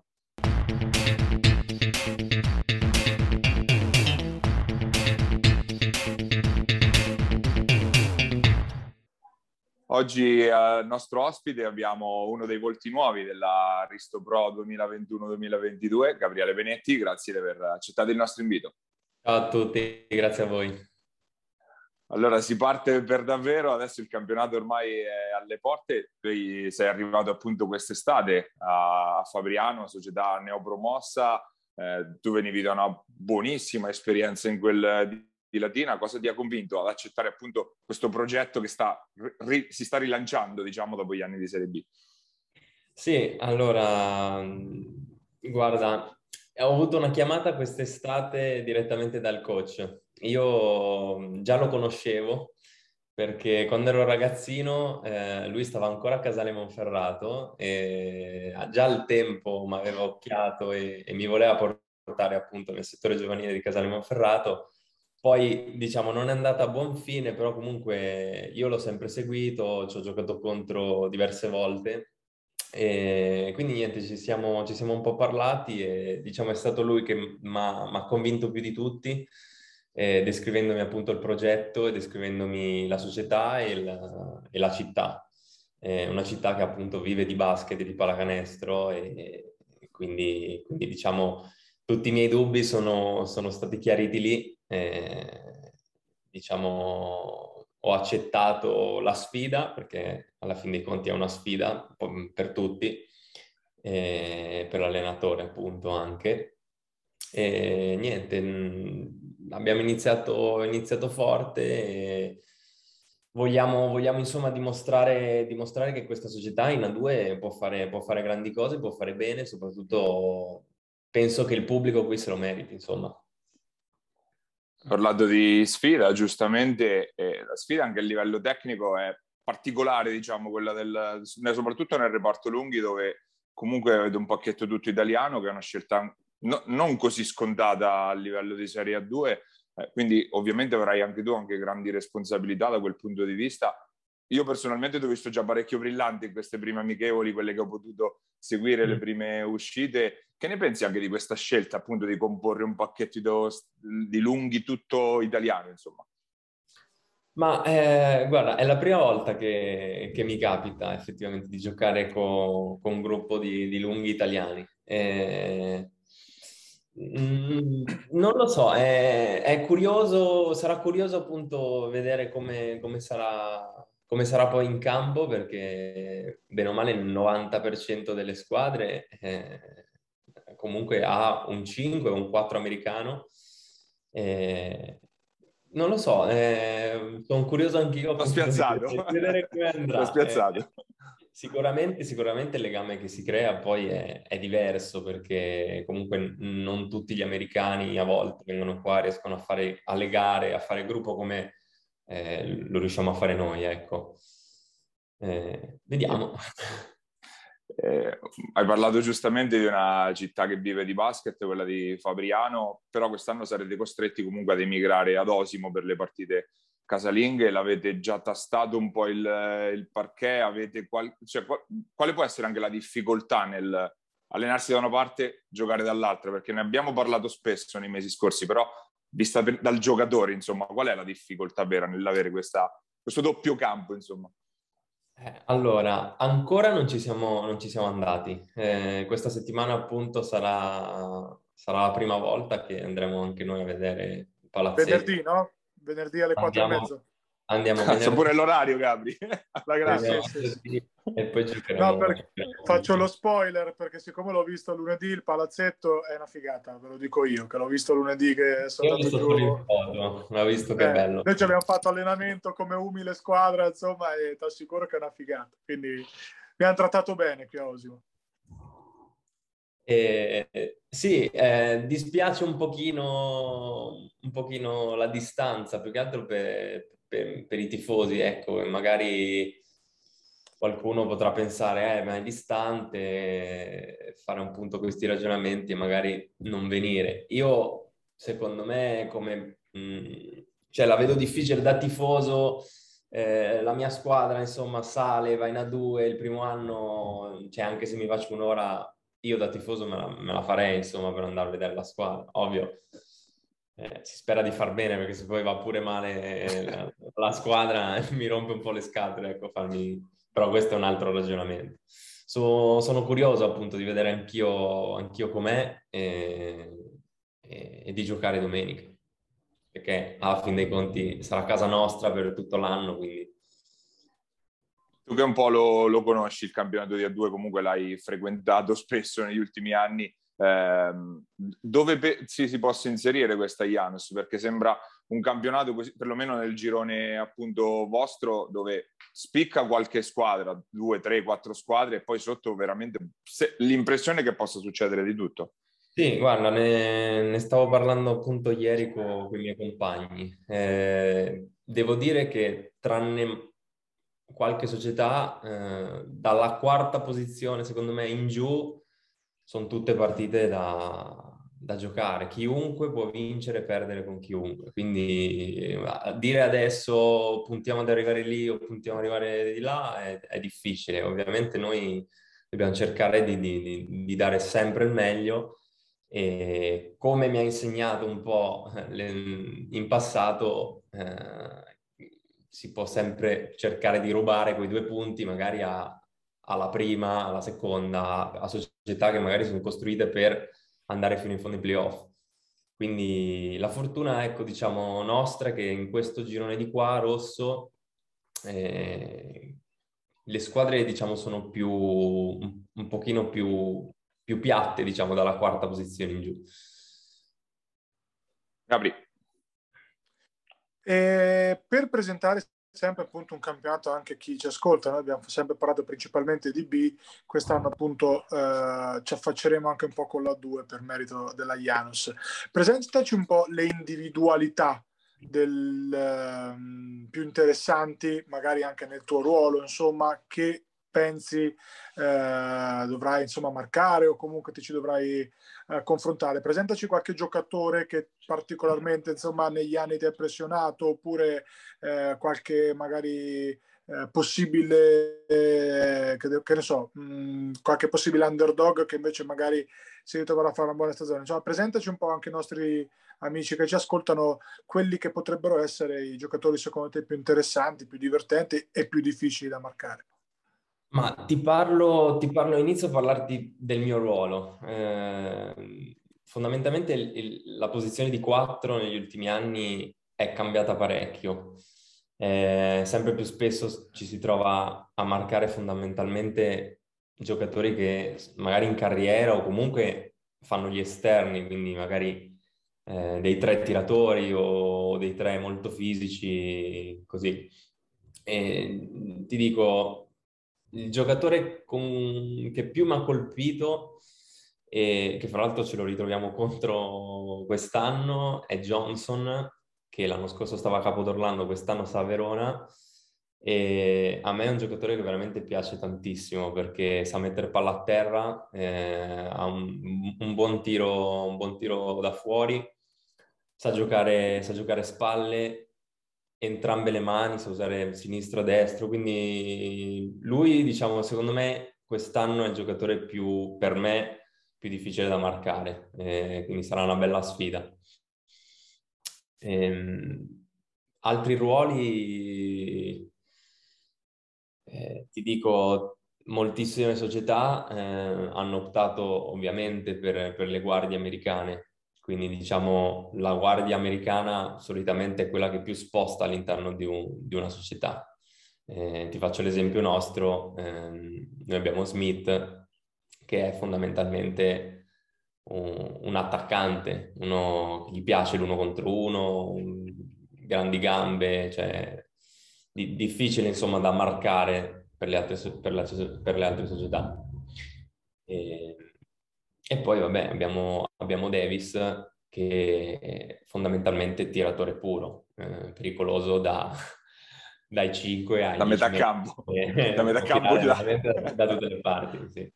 Oggi al nostro ospite abbiamo uno dei volti nuovi della Risto Pro 2021-2022, Gabriele Benetti. Grazie di aver accettato il nostro invito. Ciao a tutti, grazie a voi. Allora si parte per davvero, adesso il campionato ormai è alle porte, tu sei arrivato appunto quest'estate a Fabriano, società neopromossa, tu venivi da una buonissima esperienza in quel di Latina. Cosa ti ha convinto ad accettare appunto questo progetto che si sta rilanciando, diciamo, dopo gli anni di Serie B? Sì, allora, guarda, ho avuto una chiamata quest'estate direttamente dal coach. Io già lo conoscevo perché quando ero ragazzino lui stava ancora a Casale Monferrato e già al tempo mi aveva occhiato e mi voleva portare appunto nel settore giovanile di Casale Monferrato. Poi, diciamo, non è andata a buon fine, però comunque io l'ho sempre seguito, ci ho giocato contro diverse volte e quindi niente, ci siamo un po' parlati e diciamo è stato lui che mi ha convinto più di tutti, descrivendomi appunto il progetto e descrivendomi la società e la città. Una città che appunto vive di basket e di pallacanestro e quindi diciamo tutti i miei dubbi sono stati chiariti lì. Diciamo ho accettato la sfida perché alla fin dei conti è una sfida per tutti, per l'allenatore appunto anche. E niente, abbiamo iniziato forte e vogliamo insomma dimostrare che questa società in A2 può fare grandi cose, può fare bene, soprattutto penso che il pubblico qui se lo meriti, insomma. Parlando di sfida, giustamente, la sfida anche a livello tecnico è particolare, diciamo, quella soprattutto nel reparto lunghi, dove comunque avete un pacchetto tutto italiano, che è una scelta non così scontata a livello di Serie A2, quindi ovviamente avrai anche tu anche grandi responsabilità da quel punto di vista. Io personalmente ti ho visto già parecchio brillante in queste prime amichevoli, quelle che ho potuto seguire, le prime uscite. Che ne pensi anche di questa scelta appunto di comporre un pacchetto di lunghi tutto italiano, insomma? Ma guarda, è la prima volta che mi capita effettivamente di giocare con un gruppo di lunghi italiani. Non lo so, è curioso, sarà curioso appunto vedere come sarà poi in campo, perché bene o male il 90% delle squadre comunque ha un 5 o un 4 americano. Non lo so, sono curioso anch'io L'ho spiazzato. di vedere come andrà. L'ho spiazzato. Sicuramente il legame che si crea poi è diverso, perché comunque non tutti gli americani a volte vengono qua, riescono a legare, a fare gruppo come lo riusciamo a fare noi, ecco. Vediamo. Hai parlato giustamente di una città che vive di basket, quella di Fabriano, però quest'anno sarete costretti comunque ad emigrare ad Osimo per le partite casalinghe. L'avete già tastato un po' il parquet? Quale può essere anche la difficoltà allenarsi da una parte, giocare dall'altra, perché ne abbiamo parlato spesso nei mesi scorsi, però vista dal giocatore, insomma, qual è la difficoltà vera nell'avere questo doppio campo, insomma? Allora, ancora non ci siamo andati. Questa settimana appunto sarà la prima volta che andremo anche noi a vedere il palazzetto. Venerdì, no? Venerdì alle 4:30. Andiamo Cazzo, pure l'orario, Gabri, alla grande. Sì. E poi giocheremo. No, faccio lo spoiler, perché siccome l'ho visto lunedì, il palazzetto è una figata, ve lo dico io, che l'ho visto lunedì che sono Io ho andato visto giù. il foto, l'ho visto che bello. Noi ci abbiamo fatto allenamento come umile squadra, insomma, e ti assicuro che è una figata. Quindi mi hanno trattato bene qui a Osimo. Sì, dispiace un pochino la distanza, più che altro per i tifosi, ecco, e magari qualcuno potrà pensare, ma è distante, fare un punto questi ragionamenti e magari non venire. Io, secondo me, cioè la vedo difficile da tifoso. La mia squadra, insomma, sale, va in A2 il primo anno, cioè anche se mi faccio un'ora, io da tifoso me la farei, insomma, per andare a vedere la squadra. Ovvio, si spera di far bene, perché se poi va pure male la squadra mi rompe un po' le scatole, ecco, però questo è un altro ragionamento. Sono curioso appunto di vedere anch'io com'è e di giocare domenica, perché alla fin dei conti sarà casa nostra per tutto l'anno, quindi... Tu che un po' lo conosci il campionato di A2, comunque l'hai frequentato spesso negli ultimi anni, dove si possa inserire questa Janus? Perché sembra un campionato, così, perlomeno nel girone appunto vostro, dove spicca qualche squadra, 2, 3, 4 squadre, e poi sotto veramente l'impressione che possa succedere di tutto. Sì, guarda, ne stavo parlando appunto ieri con i miei compagni. Devo dire che tranne qualche società, dalla quarta posizione, secondo me, in giù, sono tutte partite da giocare. Chiunque può vincere e perdere con chiunque. Quindi dire adesso puntiamo ad arrivare lì o puntiamo ad arrivare di là è difficile. Ovviamente noi dobbiamo cercare di dare sempre il meglio. E come mi ha insegnato un po' in passato, si può sempre cercare di rubare quei 2 punti magari alla prima, alla seconda, a società che magari sono costruite per andare fino in fondo ai playoff. Quindi la fortuna, ecco, diciamo, nostra è che in questo girone di qua, rosso, le squadre, diciamo, sono un pochino più piatte, diciamo, dalla quarta posizione in giù. Gabri. Per presentare sempre appunto un campionato anche a chi ci ascolta, noi abbiamo sempre parlato principalmente di B, quest'anno appunto ci affacceremo anche un po' con la 2 per merito della Janus. Presentaci un po' le individualità più interessanti, magari anche nel tuo ruolo, insomma, che pensi dovrai insomma marcare o comunque ti ci dovrai confrontare. Presentaci qualche giocatore che particolarmente insomma negli anni ti ha impressionato, oppure qualche magari possibile che ne so, qualche possibile underdog che invece magari si ritroverà a fare una buona stagione. Insomma, presentaci un po' anche i nostri amici che ci ascoltano, quelli che potrebbero essere i giocatori secondo te più interessanti, più divertenti e più difficili da marcare. Ma inizio a parlarti del mio ruolo. Fondamentalmente la posizione di 4 negli ultimi anni è cambiata parecchio. Sempre più spesso ci si trova a marcare fondamentalmente giocatori che magari in carriera o comunque fanno gli esterni, quindi magari dei 3 tiratori o dei 3 molto fisici, così. E ti dico, il giocatore che più mi ha colpito e che fra l'altro ce lo ritroviamo contro quest'anno è Johnson, che l'anno scorso stava a Capodorlando, quest'anno sta a Verona, e a me è un giocatore che veramente piace tantissimo perché sa mettere palla a terra, ha un buon tiro da fuori, sa giocare spalle, entrambe le mani, sa usare sinistro e destro, quindi lui, diciamo, secondo me quest'anno è il giocatore più, per me, più difficile da marcare, quindi sarà una bella sfida. Altri ruoli, ti dico, moltissime società hanno optato ovviamente per le guardie americane, quindi diciamo la guardia americana solitamente è quella che più sposta all'interno di una società. Ti faccio l'esempio nostro, noi abbiamo Smith, che è fondamentalmente un attaccante, uno che gli piace l'uno contro uno, grandi gambe, cioè difficile insomma da marcare per le altre, per le altre società. E poi vabbè abbiamo Davis, che è fondamentalmente tiratore puro, pericoloso dai 5 ai Da 10 metà metri. campo, da metà Può campo tirare veramente da tutte le parti, sì.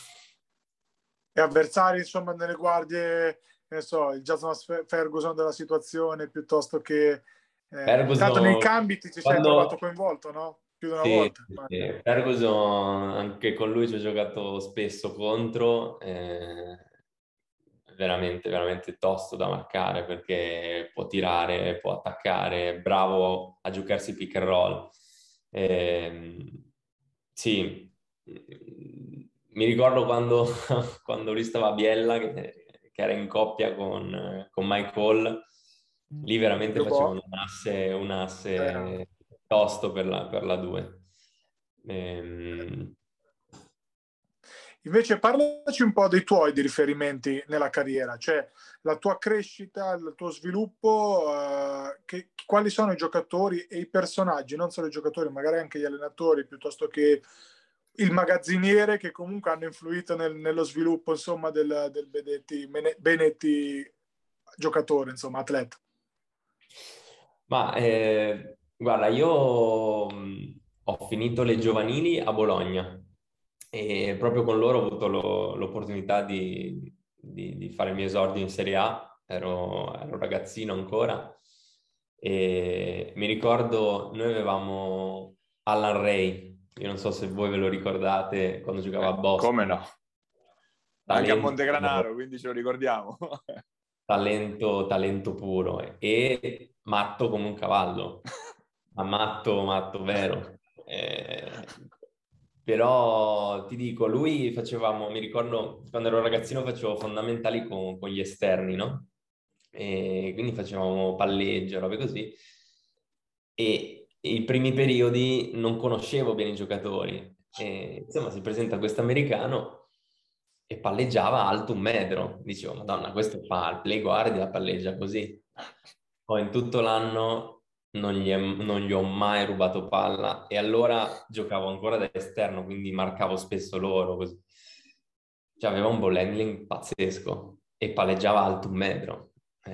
E avversari, insomma, nelle guardie, che ne so, il Jasmine Ferguson della situazione, piuttosto che... tanto nei cambi ti sei trovato coinvolto, no? Più di una volta. Sì. Ferguson, anche con lui ci ho giocato spesso contro, veramente, veramente tosto da marcare, perché può tirare, può attaccare, è bravo a giocarsi pick and roll. Sì, mi ricordo quando lui stava a Biella, che era in coppia con Mike Hall, lì veramente facevano un asse tosto per la 2. Invece parlaci un po' dei tuoi di riferimenti nella carriera, cioè la tua crescita, il tuo sviluppo, quali sono i giocatori e i personaggi, non solo i giocatori, magari anche gli allenatori, piuttosto che il magazziniere, che comunque hanno influito nello sviluppo, insomma, del Benetti giocatore, insomma, atleta. Ma guarda, io ho finito le giovanili a Bologna e proprio con loro ho avuto l'opportunità di fare il mio esordio in Serie A, ero ragazzino ancora e mi ricordo noi avevamo Alan Ray, io non so se voi ve lo ricordate quando giocava a Boston. Come no? Anche a Montegranaro, quindi ce lo ricordiamo. Talento puro e matto come un cavallo, ma matto vero. Però ti dico, lui mi ricordo quando ero ragazzino facevo fondamentali con gli esterni, no? E quindi facevamo palleggio, robe così. E i primi periodi non conoscevo bene i giocatori. E, insomma, si presenta questo americano e palleggiava alto 1 metro. Dicevo, Madonna, questo fa il play guardia, palleggia così. Poi in tutto l'anno non gli ho mai rubato palla e allora giocavo ancora da esterno, quindi marcavo spesso loro. Così. Cioè, aveva un ball handling pazzesco e palleggiava alto 1 metro.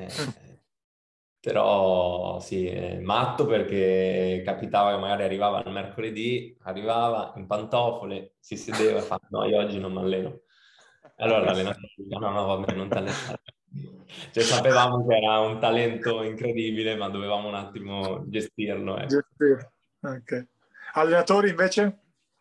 Però sì, matto perché capitava che magari arrivava il mercoledì, arrivava in pantofole, si sedeva e fa no, io oggi non mi alleno. Allora l'allenatore dice no, vabbè, non ti allenare. Cioè sapevamo che era un talento incredibile, ma dovevamo un attimo gestirlo. Okay. Allenatori invece?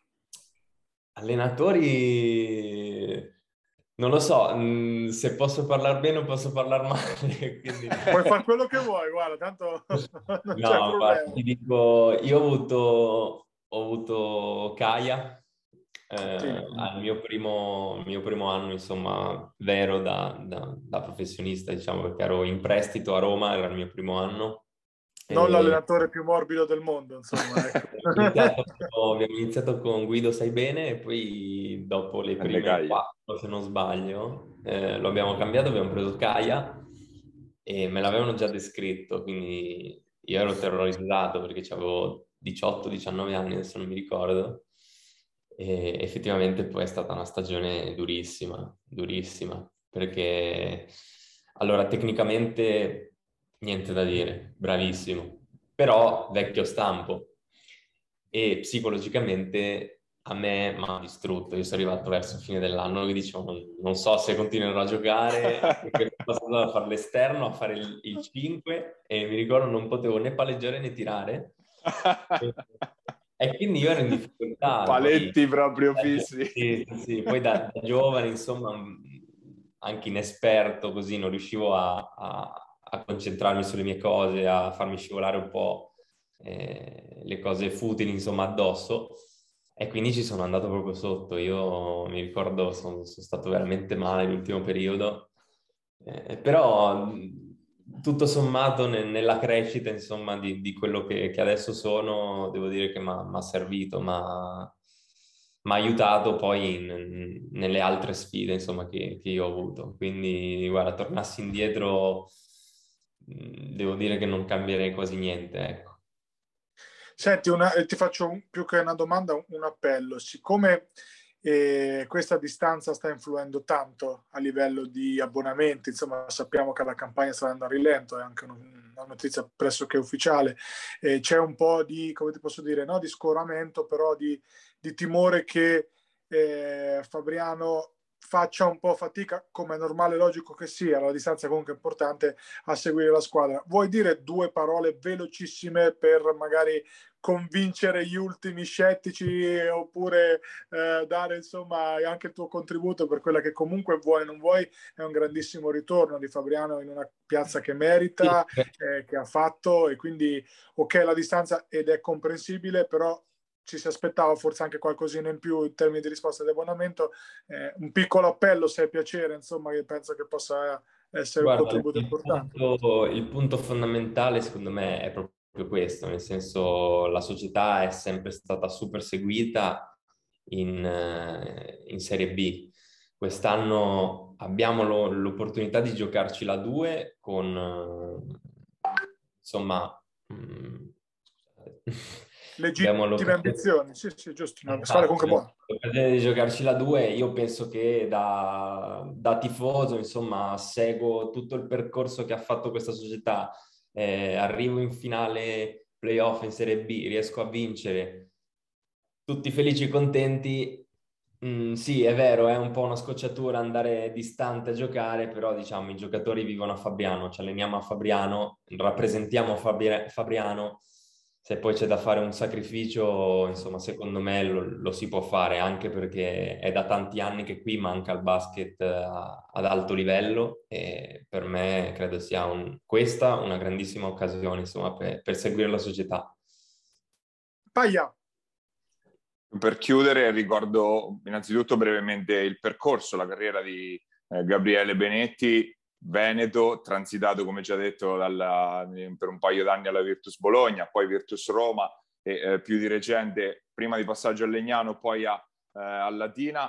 Allenatori... Non lo so, se posso parlare bene o posso parlare male. Quindi... Puoi fare quello che vuoi, guarda, tanto non c'è problema. Guarda, ti dico, io ho avuto Kaya al mio primo anno, insomma, vero da professionista, diciamo, perché ero in prestito a Roma, era il mio primo anno. Non l'allenatore più morbido del mondo, insomma. Ecco. Abbiamo iniziato con Guido Sai Bene e poi dopo le prime 4, se non sbaglio, lo abbiamo cambiato, abbiamo preso Kaya e me l'avevano già descritto, quindi io ero terrorizzato perché avevo 18-19 anni, adesso non mi ricordo. E effettivamente poi è stata una stagione durissima, perché allora tecnicamente niente da dire, bravissimo, però vecchio stampo e psicologicamente a me mi ha distrutto. Io sono arrivato verso la fine dell'anno e dicevo non so se continuerò a giocare, perché sono passato da fare l'esterno a fare il 5 e mi ricordo non potevo né palleggiare né tirare. E quindi io ero in difficoltà. Paletti proprio fissi. Sì, poi da giovane, insomma, anche inesperto, così non riuscivo a concentrarmi sulle mie cose, a farmi scivolare un po' le cose futili, insomma, addosso. E quindi ci sono andato proprio sotto. Io mi ricordo, sono stato veramente male l'ultimo periodo, però tutto sommato nella crescita, insomma, di quello che adesso sono, devo dire che mi ha servito, mi ha aiutato poi nelle altre sfide, insomma, che io ho avuto. Quindi, guarda, tornassi indietro, devo dire che non cambierei quasi niente, ecco. Senti, ti faccio più che una domanda, un appello. Siccome questa distanza sta influendo tanto a livello di abbonamenti, insomma sappiamo che la campagna sta andando a rilento, è anche una notizia pressoché ufficiale, c'è un po' di, come ti posso dire, no? Di scoramento, però di timore che Fabriano faccia un po' fatica, come è normale e logico che sia, la distanza comunque è importante, a seguire la squadra. Vuoi dire 2 parole velocissime per magari convincere gli ultimi scettici, oppure dare insomma anche il tuo contributo per quella che comunque vuoi non vuoi è un grandissimo ritorno di Fabriano in una piazza che merita, che ha fatto, e quindi ok la distanza ed è comprensibile, però ci si aspettava forse anche qualcosina in più in termini di risposta di abbonamento, un piccolo appello se è piacere, insomma, che penso che possa essere un contributo importante. Il punto fondamentale secondo me è proprio questo, nel senso la società è sempre stata super seguita in Serie B. Quest'anno abbiamo l'opportunità di giocarci la 2 con, insomma, legittime ambizioni, sì, giusto, una squadra comunque buona. L'occasione di giocarci la 2, io penso che da tifoso, insomma, seguo tutto il percorso che ha fatto questa società, arrivo in finale playoff in Serie B, riesco a vincere, tutti felici e contenti. Sì, è vero, è un po' una scocciatura andare distante a giocare, però diciamo i giocatori vivono a Fabriano, ci alleniamo a Fabriano, rappresentiamo Fabriano. Se poi c'è da fare un sacrificio, insomma, secondo me lo si può fare, anche perché è da tanti anni che qui manca il basket ad alto livello, e per me credo sia questa una grandissima occasione, insomma, per seguire la società. Paia. Per chiudere, ricordo innanzitutto brevemente il percorso, la carriera di Gabriele Benetti, veneto, transitato, come già detto, per un paio d'anni alla Virtus Bologna, poi Virtus Roma e più di recente, prima di passaggio a Legnano, poi a Latina.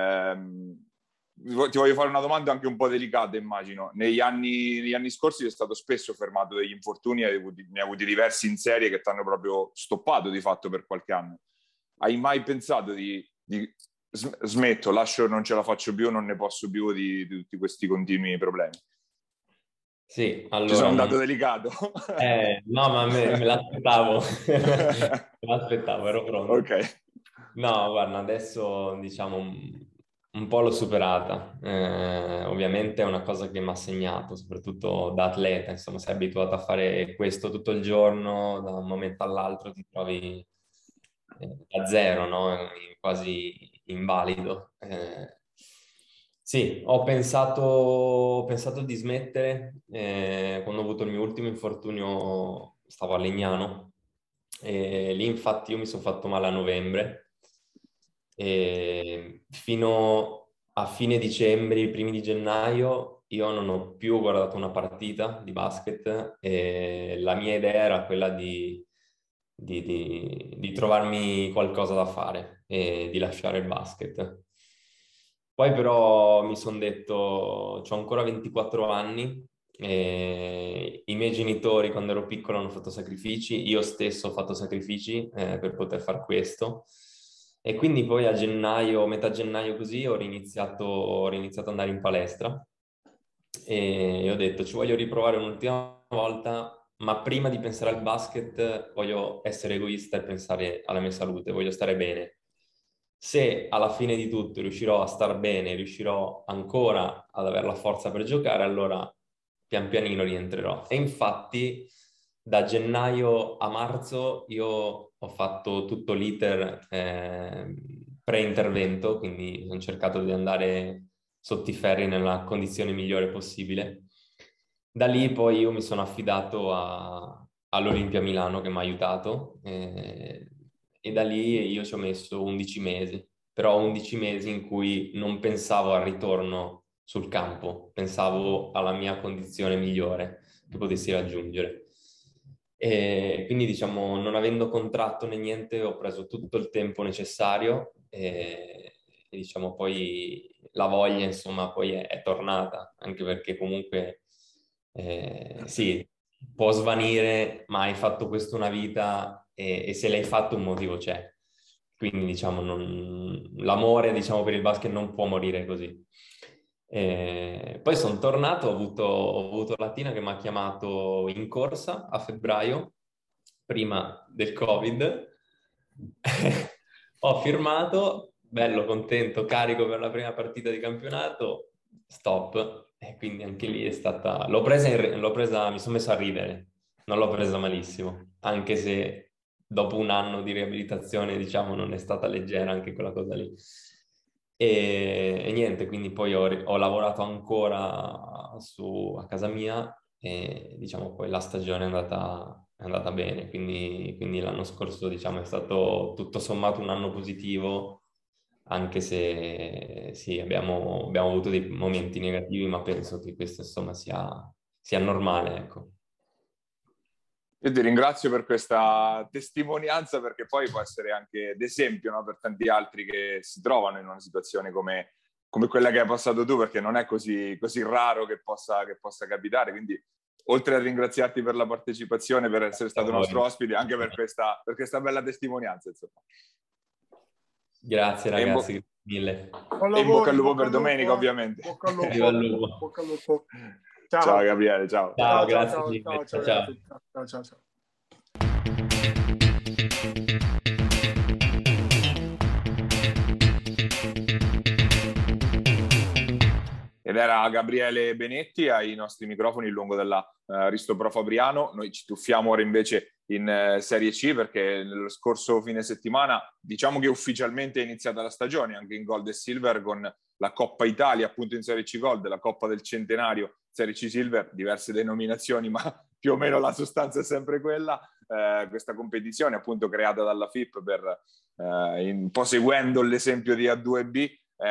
Ti voglio fare una domanda anche un po' delicata, immagino. Negli anni scorsi sei stato spesso fermato dagli infortuni, ne hai avuti diversi in serie che ti hanno proprio stoppato di fatto per qualche anno. Hai mai pensato di smetto, lascio, non ce la faccio più, non ne posso più di tutti questi continui problemi? Sì, allora... Ci sono un dato delicato. No, ma me l'aspettavo. Me l'aspettavo, ero pronto. Ok. No, guarda, adesso diciamo un po' l'ho superata. Ovviamente è una cosa che mi ha segnato, soprattutto da atleta. Insomma, sei abituato a fare questo tutto il giorno, da un momento all'altro ti trovi da zero, no? Quasi invalido. Sì, ho pensato di smettere quando ho avuto il mio ultimo infortunio, stavo a Legnano, e lì infatti io mi sono fatto male a novembre, e fino a fine dicembre, i primi di gennaio, io non ho più guardato una partita di basket, e la mia idea era quella di trovarmi qualcosa da fare e di lasciare il basket. Poi però mi sono detto, ho ancora 24 anni, e i miei genitori quando ero piccolo hanno fatto sacrifici, io stesso ho fatto sacrifici per poter fare questo, e quindi poi a gennaio, metà gennaio così, ho iniziato ad andare in palestra e ho detto ci voglio riprovare un'ultima volta, ma prima di pensare al basket voglio essere egoista e pensare alla mia salute, voglio stare bene. Se alla fine di tutto riuscirò a star bene, riuscirò ancora ad avere la forza per giocare, allora pian pianino rientrerò. E infatti da gennaio a marzo io ho fatto tutto l'iter pre-intervento, quindi ho cercato di andare sotto i ferri nella condizione migliore possibile. Da lì poi io mi sono affidato all'Olimpia Milano, che mi ha aiutato, e da lì io ci ho messo 11 mesi, però 11 mesi in cui non pensavo al ritorno sul campo, pensavo alla mia condizione migliore che potessi raggiungere. E quindi, diciamo, non avendo contratto né niente, ho preso tutto il tempo necessario e diciamo poi la voglia, insomma, poi è tornata, anche perché comunque sì, può svanire, ma hai fatto questo una vita e se l'hai fatto un motivo c'è. Quindi, diciamo, l'amore, diciamo, per il basket non può morire così. Poi sono tornato, ho avuto Latina che mi ha chiamato in corsa a febbraio, prima del Covid. Ho firmato, bello, contento, carico per la prima partita di campionato, stop. E quindi anche lì è stata... L'ho presa, mi sono messo a ridere, non l'ho presa malissimo, anche se dopo un anno di riabilitazione, diciamo, non è stata leggera anche quella cosa lì. E niente, quindi poi ho lavorato ancora a casa mia e diciamo poi la stagione è andata bene, quindi l'anno scorso diciamo è stato tutto sommato un anno positivo, anche se sì, abbiamo avuto dei momenti negativi, ma penso che questo insomma sia normale, ecco. Io ti ringrazio per questa testimonianza, perché poi può essere anche d'esempio, no, per tanti altri che si trovano in una situazione come quella che hai passato tu, perché non è così raro che possa capitare. Quindi, oltre a ringraziarti per la partecipazione, per essere stato nostro ospite, anche per questa bella testimonianza, insomma. Grazie ragazzi, grazie mille. E in bocca al lupo per domenica, ovviamente. Bocca al lupo. Bocca al lupo. Ciao Gabriele, ciao. Ciao, grazie mille. Ciao. Ed era Gabriele Benetti ai nostri microfoni il lungo della Risto Pro Fabriano. Noi ci tuffiamo ora invece in Serie C, perché nello scorso fine settimana diciamo che ufficialmente è iniziata la stagione anche in Gold e Silver, con la Coppa Italia appunto in Serie C Gold, la Coppa del Centenario Serie C Silver, diverse denominazioni ma più o meno la sostanza è sempre quella. Questa competizione appunto creata dalla FIP un po' seguendo l'esempio di A2B,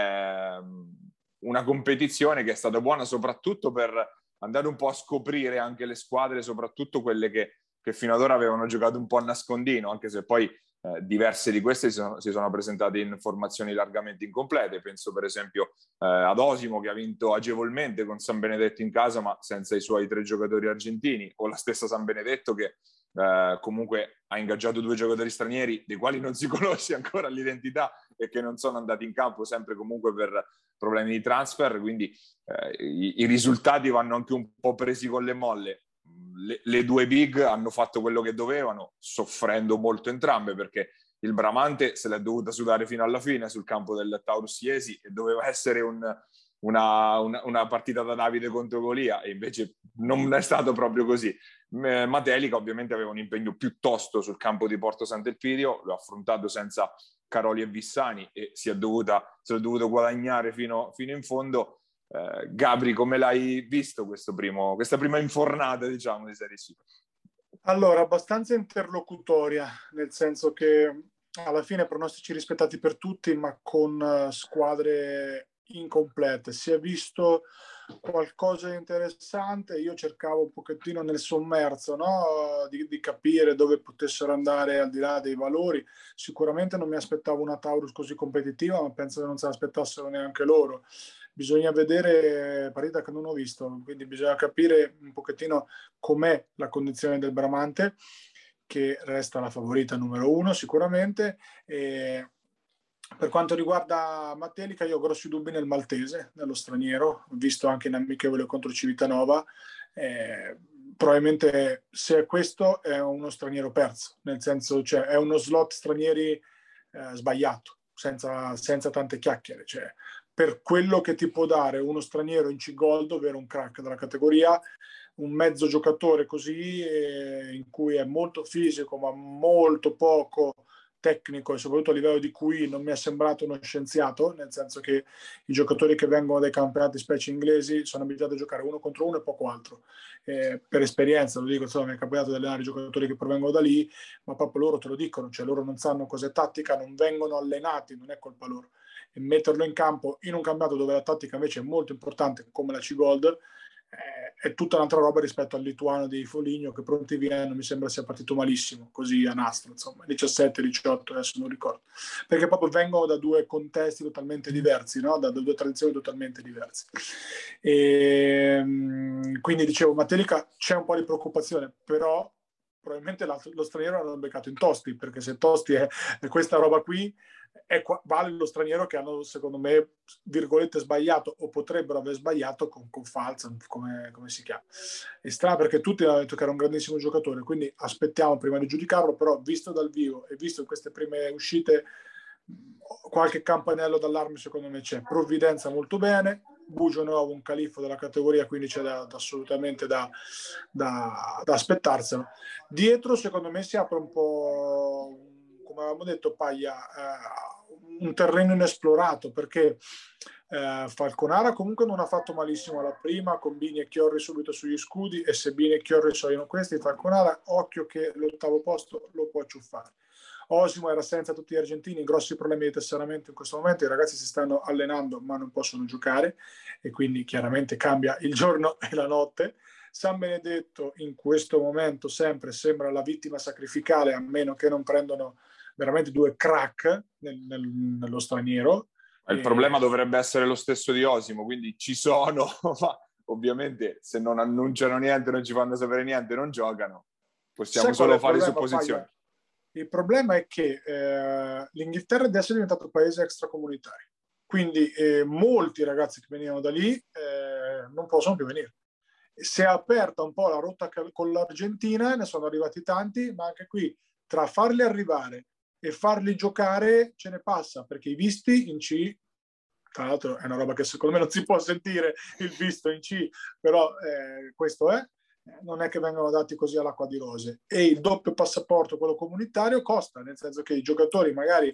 una competizione che è stata buona soprattutto per andare un po' a scoprire anche le squadre, soprattutto quelle che fino ad ora avevano giocato un po' a nascondino, anche se poi diverse di queste si sono presentate in formazioni largamente incomplete. Penso per esempio ad Osimo, che ha vinto agevolmente con San Benedetto in casa ma senza i suoi 3 giocatori argentini, o la stessa San Benedetto che comunque ha ingaggiato 2 giocatori stranieri dei quali non si conosce ancora l'identità e che non sono andati in campo, sempre comunque per problemi di transfer. Quindi i risultati vanno anche un po' presi con le molle. Le 2 big hanno fatto quello che dovevano, soffrendo molto entrambe, perché il Bramante se l'è dovuta sudare fino alla fine sul campo del Taurus Iesi e doveva essere una partita da Davide contro Golia, e invece non è stato proprio così. Matelica ovviamente aveva un impegno piuttosto sul campo di Porto Sant'Elpidio, lo ha affrontato senza Caroli e Vissani e se l'è dovuto guadagnare fino in fondo. Gabri, come l'hai visto questa prima infornata, diciamo, di Serie C? Allora, abbastanza interlocutoria, nel senso che alla fine pronostici rispettati per tutti, ma con squadre incomplete. Si è visto qualcosa di interessante, io cercavo un pochettino nel sommerso, no? di capire dove potessero andare al di là dei valori. Sicuramente non mi aspettavo una Taurus così competitiva, ma penso che non se l'aspettassero neanche loro. Bisogna vedere, partita che non ho visto, quindi bisogna capire un pochettino com'è la condizione del Bramante, che resta la favorita numero 1 sicuramente. E per quanto riguarda Matelica, io ho grossi dubbi nel maltese, nello straniero, ho visto anche in amichevole contro Civitanova. Probabilmente se è questo è uno straniero perso, nel senso, cioè, è uno slot stranieri sbagliato, senza tante chiacchiere. Cioè, per quello che ti può dare uno straniero in C-Gold, ovvero un crack della categoria, un mezzo giocatore così, in cui è molto fisico ma molto poco tecnico e soprattutto a livello di QI non mi è sembrato uno scienziato, nel senso che i giocatori che vengono dai campionati specie inglesi sono abituati a giocare uno contro uno e poco altro. Per esperienza, lo dico, insomma, mi è capitato di allenare i giocatori che provengono da lì, ma proprio loro te lo dicono, cioè loro non sanno cos'è tattica, non vengono allenati, non è colpa loro. E metterlo in campo in un campionato dove la tattica invece è molto importante, come la C-Gold, è tutta un'altra roba rispetto al lituano di Foligno che pronti via non mi sembra sia partito malissimo, così a nastro, insomma, 17-18, adesso non ricordo, perché proprio vengono da due contesti totalmente diversi, no? da due tradizioni totalmente diverse. E, quindi dicevo, Matelica c'è un po' di preoccupazione, però probabilmente lo straniero l'hanno beccato in Tosti, perché se Tosti è questa roba qui, vale lo straniero che hanno, secondo me, virgolette, sbagliato o potrebbero aver sbagliato con Falza, come si chiama. È strano perché tutti hanno detto che era un grandissimo giocatore, quindi aspettiamo prima di giudicarlo, però visto dal vivo e visto queste prime uscite, qualche campanello d'allarme secondo me c'è. Provvidenza molto bene, Bugio nuovo, un califfo della categoria, quindi c'è assolutamente da aspettarselo. Dietro secondo me si apre un po', come avevamo detto, Paglia, un terreno inesplorato, perché Falconara comunque non ha fatto malissimo alla prima, con Bini e Chiorri subito sugli scudi, e se Bini e Chiorri sono questi, Falconara, occhio che l'8º posto lo può ciuffare. Osimo era senza tutti gli argentini, grossi problemi di tesseramento in questo momento, i ragazzi si stanno allenando ma non possono giocare e quindi chiaramente cambia il giorno e la notte. San Benedetto in questo momento sempre sembra la vittima sacrificale, a meno che non prendono veramente due crack nello straniero. Il problema dovrebbe essere lo stesso di Osimo, quindi ci sono, ma ovviamente se non annunciano niente, non ci fanno sapere niente, non giocano, possiamo solo fare supposizioni. Il problema è che l'Inghilterra adesso è diventato un paese extracomunitario, quindi molti ragazzi che venivano da lì non possono più venire. Si è aperta un po' la rotta con l'Argentina, ne sono arrivati tanti, ma anche qui tra farli arrivare e farli giocare ce ne passa, perché i visti in C, tra l'altro è una roba che secondo me non si può sentire, il visto in C, però questo è, non è che vengono dati così all'acqua di rose. E il doppio passaporto, quello comunitario, costa, nel senso che i giocatori magari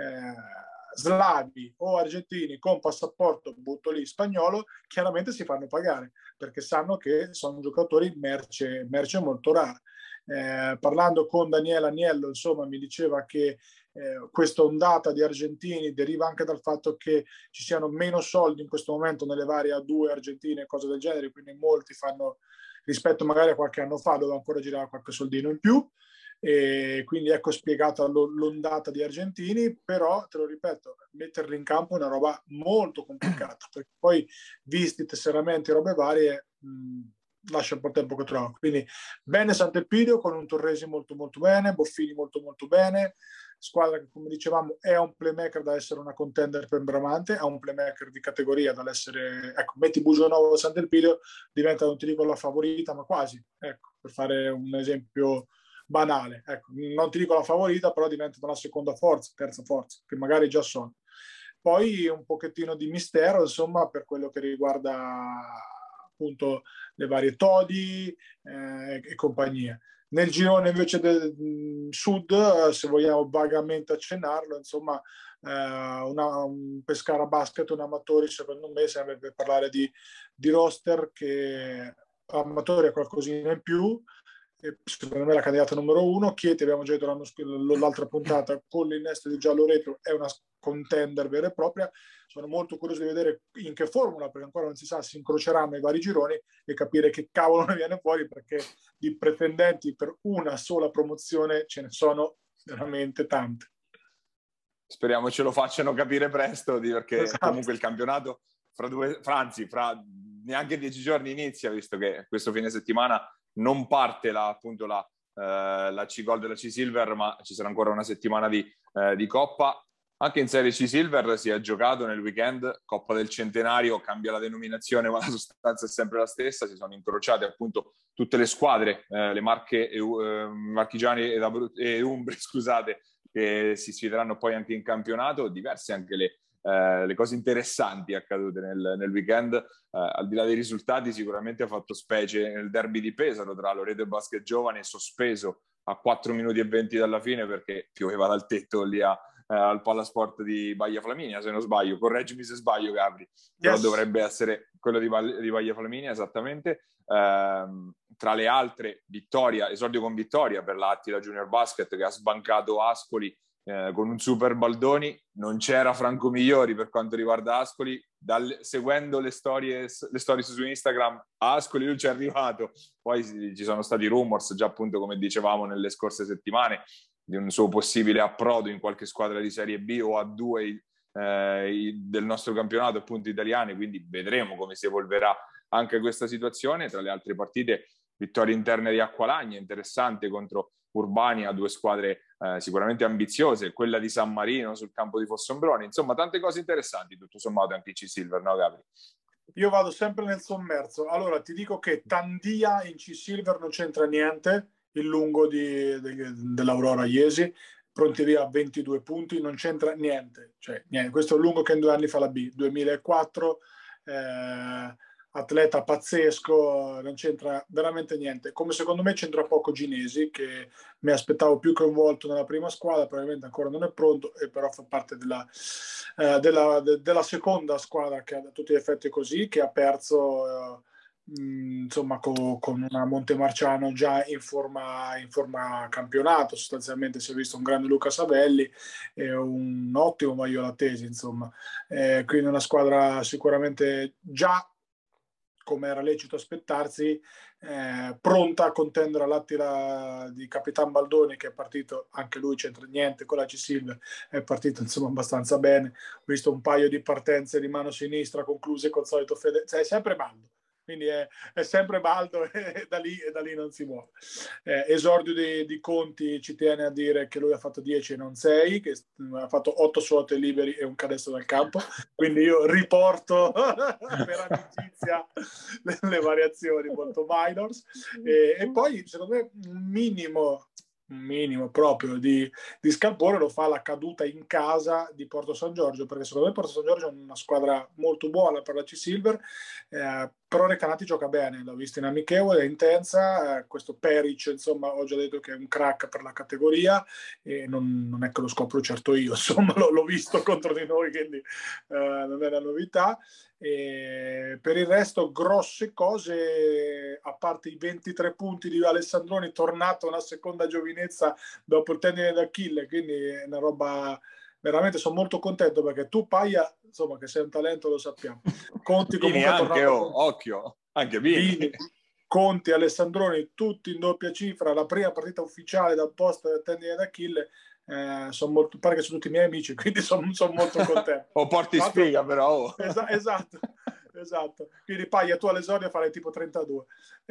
slavi o argentini con passaporto, butto lì, spagnolo, chiaramente si fanno pagare, perché sanno che sono giocatori merce molto rara. Parlando con Daniele Agnello, insomma, mi diceva che questa ondata di argentini deriva anche dal fatto che ci siano meno soldi in questo momento nelle varie A2 argentine e cose del genere, quindi molti fanno, rispetto magari a qualche anno fa dove ancora girava qualche soldino in più, e quindi ecco spiegata l'ondata di argentini, però te lo ripeto, metterli in campo è una roba molto complicata, perché poi visti tesseramenti e robe varie lascia un po' tempo che trovo. Quindi bene Sant'Elpidio con un Torresi molto molto bene, Boffini molto molto bene, squadra che come dicevamo è un playmaker da essere una contender per Bramante, ha un playmaker di categoria dall'essere, ecco, metti Bugionovo e Sant'Elpidio, diventa, non ti dico la favorita, ma quasi, ecco, per fare un esempio banale, ecco, non ti dico la favorita, però diventano la seconda forza, terza forza, che magari già sono. Poi un pochettino di mistero, insomma, per quello che riguarda appunto le varie Todi e compagnia. Nel girone invece del sud, se vogliamo vagamente accennarlo, insomma, un Pescara Basket, un Amatori, secondo me, serve per parlare di roster che Amatori ha qualcosina in più, secondo me la candidata numero 1. Chieti, abbiamo già detto l'altra puntata, con l'innesto di giallo retro è una contender vera e propria. Sono molto curioso di vedere in che formula, perché ancora non si sa, si incroceranno i vari gironi e capire che cavolo ne viene fuori, perché di pretendenti per una sola promozione ce ne sono veramente tante. Speriamo ce lo facciano capire presto, perché esatto. Comunque il campionato fra neanche 10 giorni inizia, visto che questo fine settimana non parte la C-Gold e la C-Silver, ma ci sarà ancora una settimana di Coppa. Anche in Serie C-Silver si è giocato nel weekend, Coppa del Centenario, cambia la denominazione ma la sostanza è sempre la stessa, si sono incrociate appunto tutte le squadre, le Marche, Marchigiani e Umbre, scusate, che si sfideranno poi anche in campionato, diverse anche le cose interessanti accadute nel weekend. Al di là dei risultati, sicuramente ha fatto specie nel derby di Pesaro tra Loreto e Basket Giovane, sospeso a 4 minuti e 20 dalla fine perché pioveva dal tetto lì al Palasport di Baia Flaminia, se non sbaglio. Correggimi se sbaglio, Gabri, però dovrebbe essere quello di Baia Flaminia, esattamente. Tra le altre, esordio con vittoria per l'Attila Junior Basket, che ha sbancato Ascoli con un super Baldoni. Non c'era Franco Migliori per quanto riguarda Ascoli. Seguendo le storie su Instagram, a Ascoli lui ci è arrivato. Poi ci sono stati rumors, già appunto come dicevamo nelle scorse settimane, di un suo possibile approdo in qualche squadra di Serie B o A2 del nostro campionato, appunto italiani, quindi vedremo come si evolverà anche questa situazione. Tra le altre partite, vittoria interna di Acqualagna, interessante contro Urbania, 2 squadre sicuramente ambiziose, quella di San Marino sul campo di Fossombrone, insomma tante cose interessanti tutto sommato anche in C-Silver, no Gabri? Io vado sempre nel sommerso. Allora ti dico che Tandia in C-Silver non c'entra niente, il lungo dell'Aurora Iesi, pronti via 22 punti, non c'entra niente. Cioè, niente. Questo è il lungo che in 2 anni fa la B, 2004, atleta pazzesco, non c'entra veramente niente. Come secondo me c'entra poco Ginesi, che mi aspettavo più coinvolto nella prima squadra, probabilmente ancora non è pronto, e però fa parte della seconda squadra che ha a tutti gli effetti così, che ha perso insomma con una Montemarciano già in forma campionato. Sostanzialmente si è visto un grande Luca Savelli e un ottimo Maio Latesi, insomma, quindi una squadra sicuramente già, come era lecito aspettarsi, pronta a contendere all'Attila di Capitan Baldoni, che è partito, anche lui c'entra niente con la C-Silver, è partito insomma abbastanza bene. Ho visto un paio di partenze di mano sinistra concluse col solito fede, cioè è sempre Baldo, quindi è sempre Baldo, e da lì non si muove. Esordio di Conti, ci tiene a dire che lui ha fatto 10 e non 6, che ha fatto 8 su 8 liberi e un canestro dal campo, quindi io riporto per amicizia le variazioni molto minors, e poi secondo me un minimo proprio di scalpore lo fa la caduta in casa di Porto San Giorgio, perché secondo me Porto San Giorgio è una squadra molto buona per la C-Silver, però Recanati gioca bene, l'ho visto in amichevole, è intensa. Questo Peric, insomma, ho già detto che è un crack per la categoria, e non è che lo scopro certo io, insomma, l'ho visto contro di noi, quindi non è una novità. E per il resto grosse cose, a parte i 23 punti di Alessandroni, tornato a una seconda giovinezza dopo il tendine d'Achille, quindi è una roba veramente. Sono molto contento perché tu, Paia, insomma, che sei un talento, lo sappiamo. Conti Bini comunque anche, occhio, anche Bini. Conti, Alessandroni, tutti in doppia cifra, la prima partita ufficiale dal post del tendine d'Achille. Pare che sono tutti i miei amici, quindi sono molto contento. O porti sfiga, però. Esatto. Quindi Paia, tu all'esordio farai tipo 32.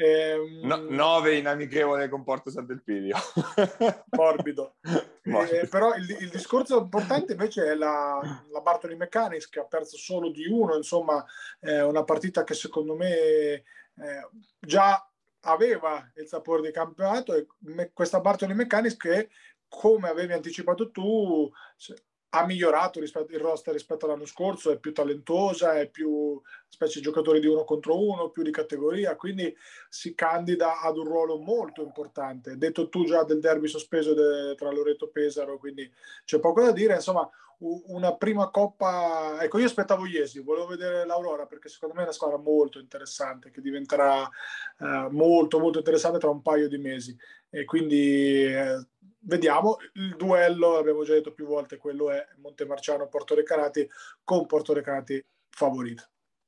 9 in amichevole con Porto Sant'Elpidio. Morbido. Però il discorso importante invece è la Bartoli Mechanics, che ha perso solo di 1, insomma, una partita che secondo me già aveva il sapore di campionato, e questa Bartoli Mechanics che, come avevi anticipato tu, ha migliorato il roster rispetto all'anno scorso, è più talentuosa, è più specie giocatori di 1 contro 1, più di categoria, quindi si candida ad un ruolo molto importante. Detto tu già del derby sospeso tra Loreto e Pesaro, quindi c'è poco da dire. Insomma, una prima coppa. Ecco, io aspettavo Iesi, volevo vedere l'Aurora, perché secondo me è una squadra molto interessante, che diventerà molto molto interessante tra un paio di mesi, e quindi vediamo. Il duello, abbiamo già detto più volte, quello è Montemarciano-Porto Recanati, con Porto Recanati favorito.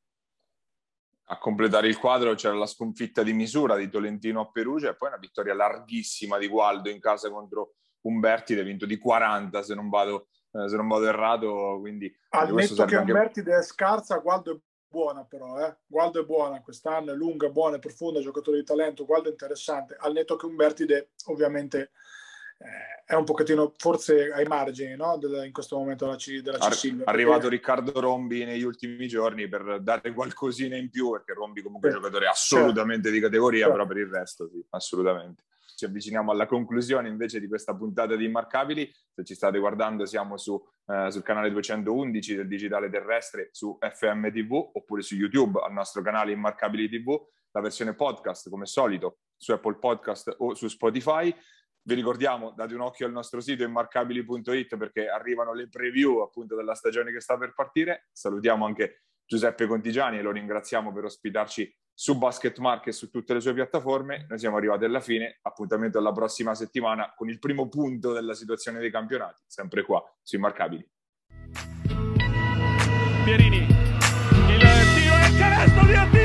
A completare il quadro c'era la sconfitta di misura di Tolentino a Perugia, e poi una vittoria larghissima di Gualdo in casa contro Umbertide, vinto di 40 se non vado errato. Quindi al netto che Umbertide è scarsa, Gualdo è buona, però Gualdo è buona quest'anno, è lunga, buona, è profonda, giocatore di talento. Gualdo è interessante, al netto che Umbertide ovviamente è un pochettino forse ai margini, no? In questo momento della C-Silver. Arrivato Riccardo Rombi negli ultimi giorni per dare qualcosina in più, perché Rombi comunque è un giocatore assolutamente di categoria, però per il resto sì, assolutamente. ci avviciniamo alla conclusione invece di questa puntata di Immarcabili. Se ci state guardando siamo sul canale 211 del Digitale Terrestre su FM TV, oppure su YouTube al nostro canale Immarcabili TV, la versione podcast come solito su Apple Podcast o su Spotify. Vi ricordiamo, date un occhio al nostro sito immarcabili.it perché arrivano le preview appunto della stagione che sta per partire. Salutiamo anche Giuseppe Contigiani e lo ringraziamo per ospitarci su Basketmark e su tutte le sue piattaforme. Noi siamo arrivati alla fine, appuntamento alla prossima settimana con il primo punto della situazione dei campionati, sempre qua su Immarcabili. Pierini, il tiro e il canestro di Attila!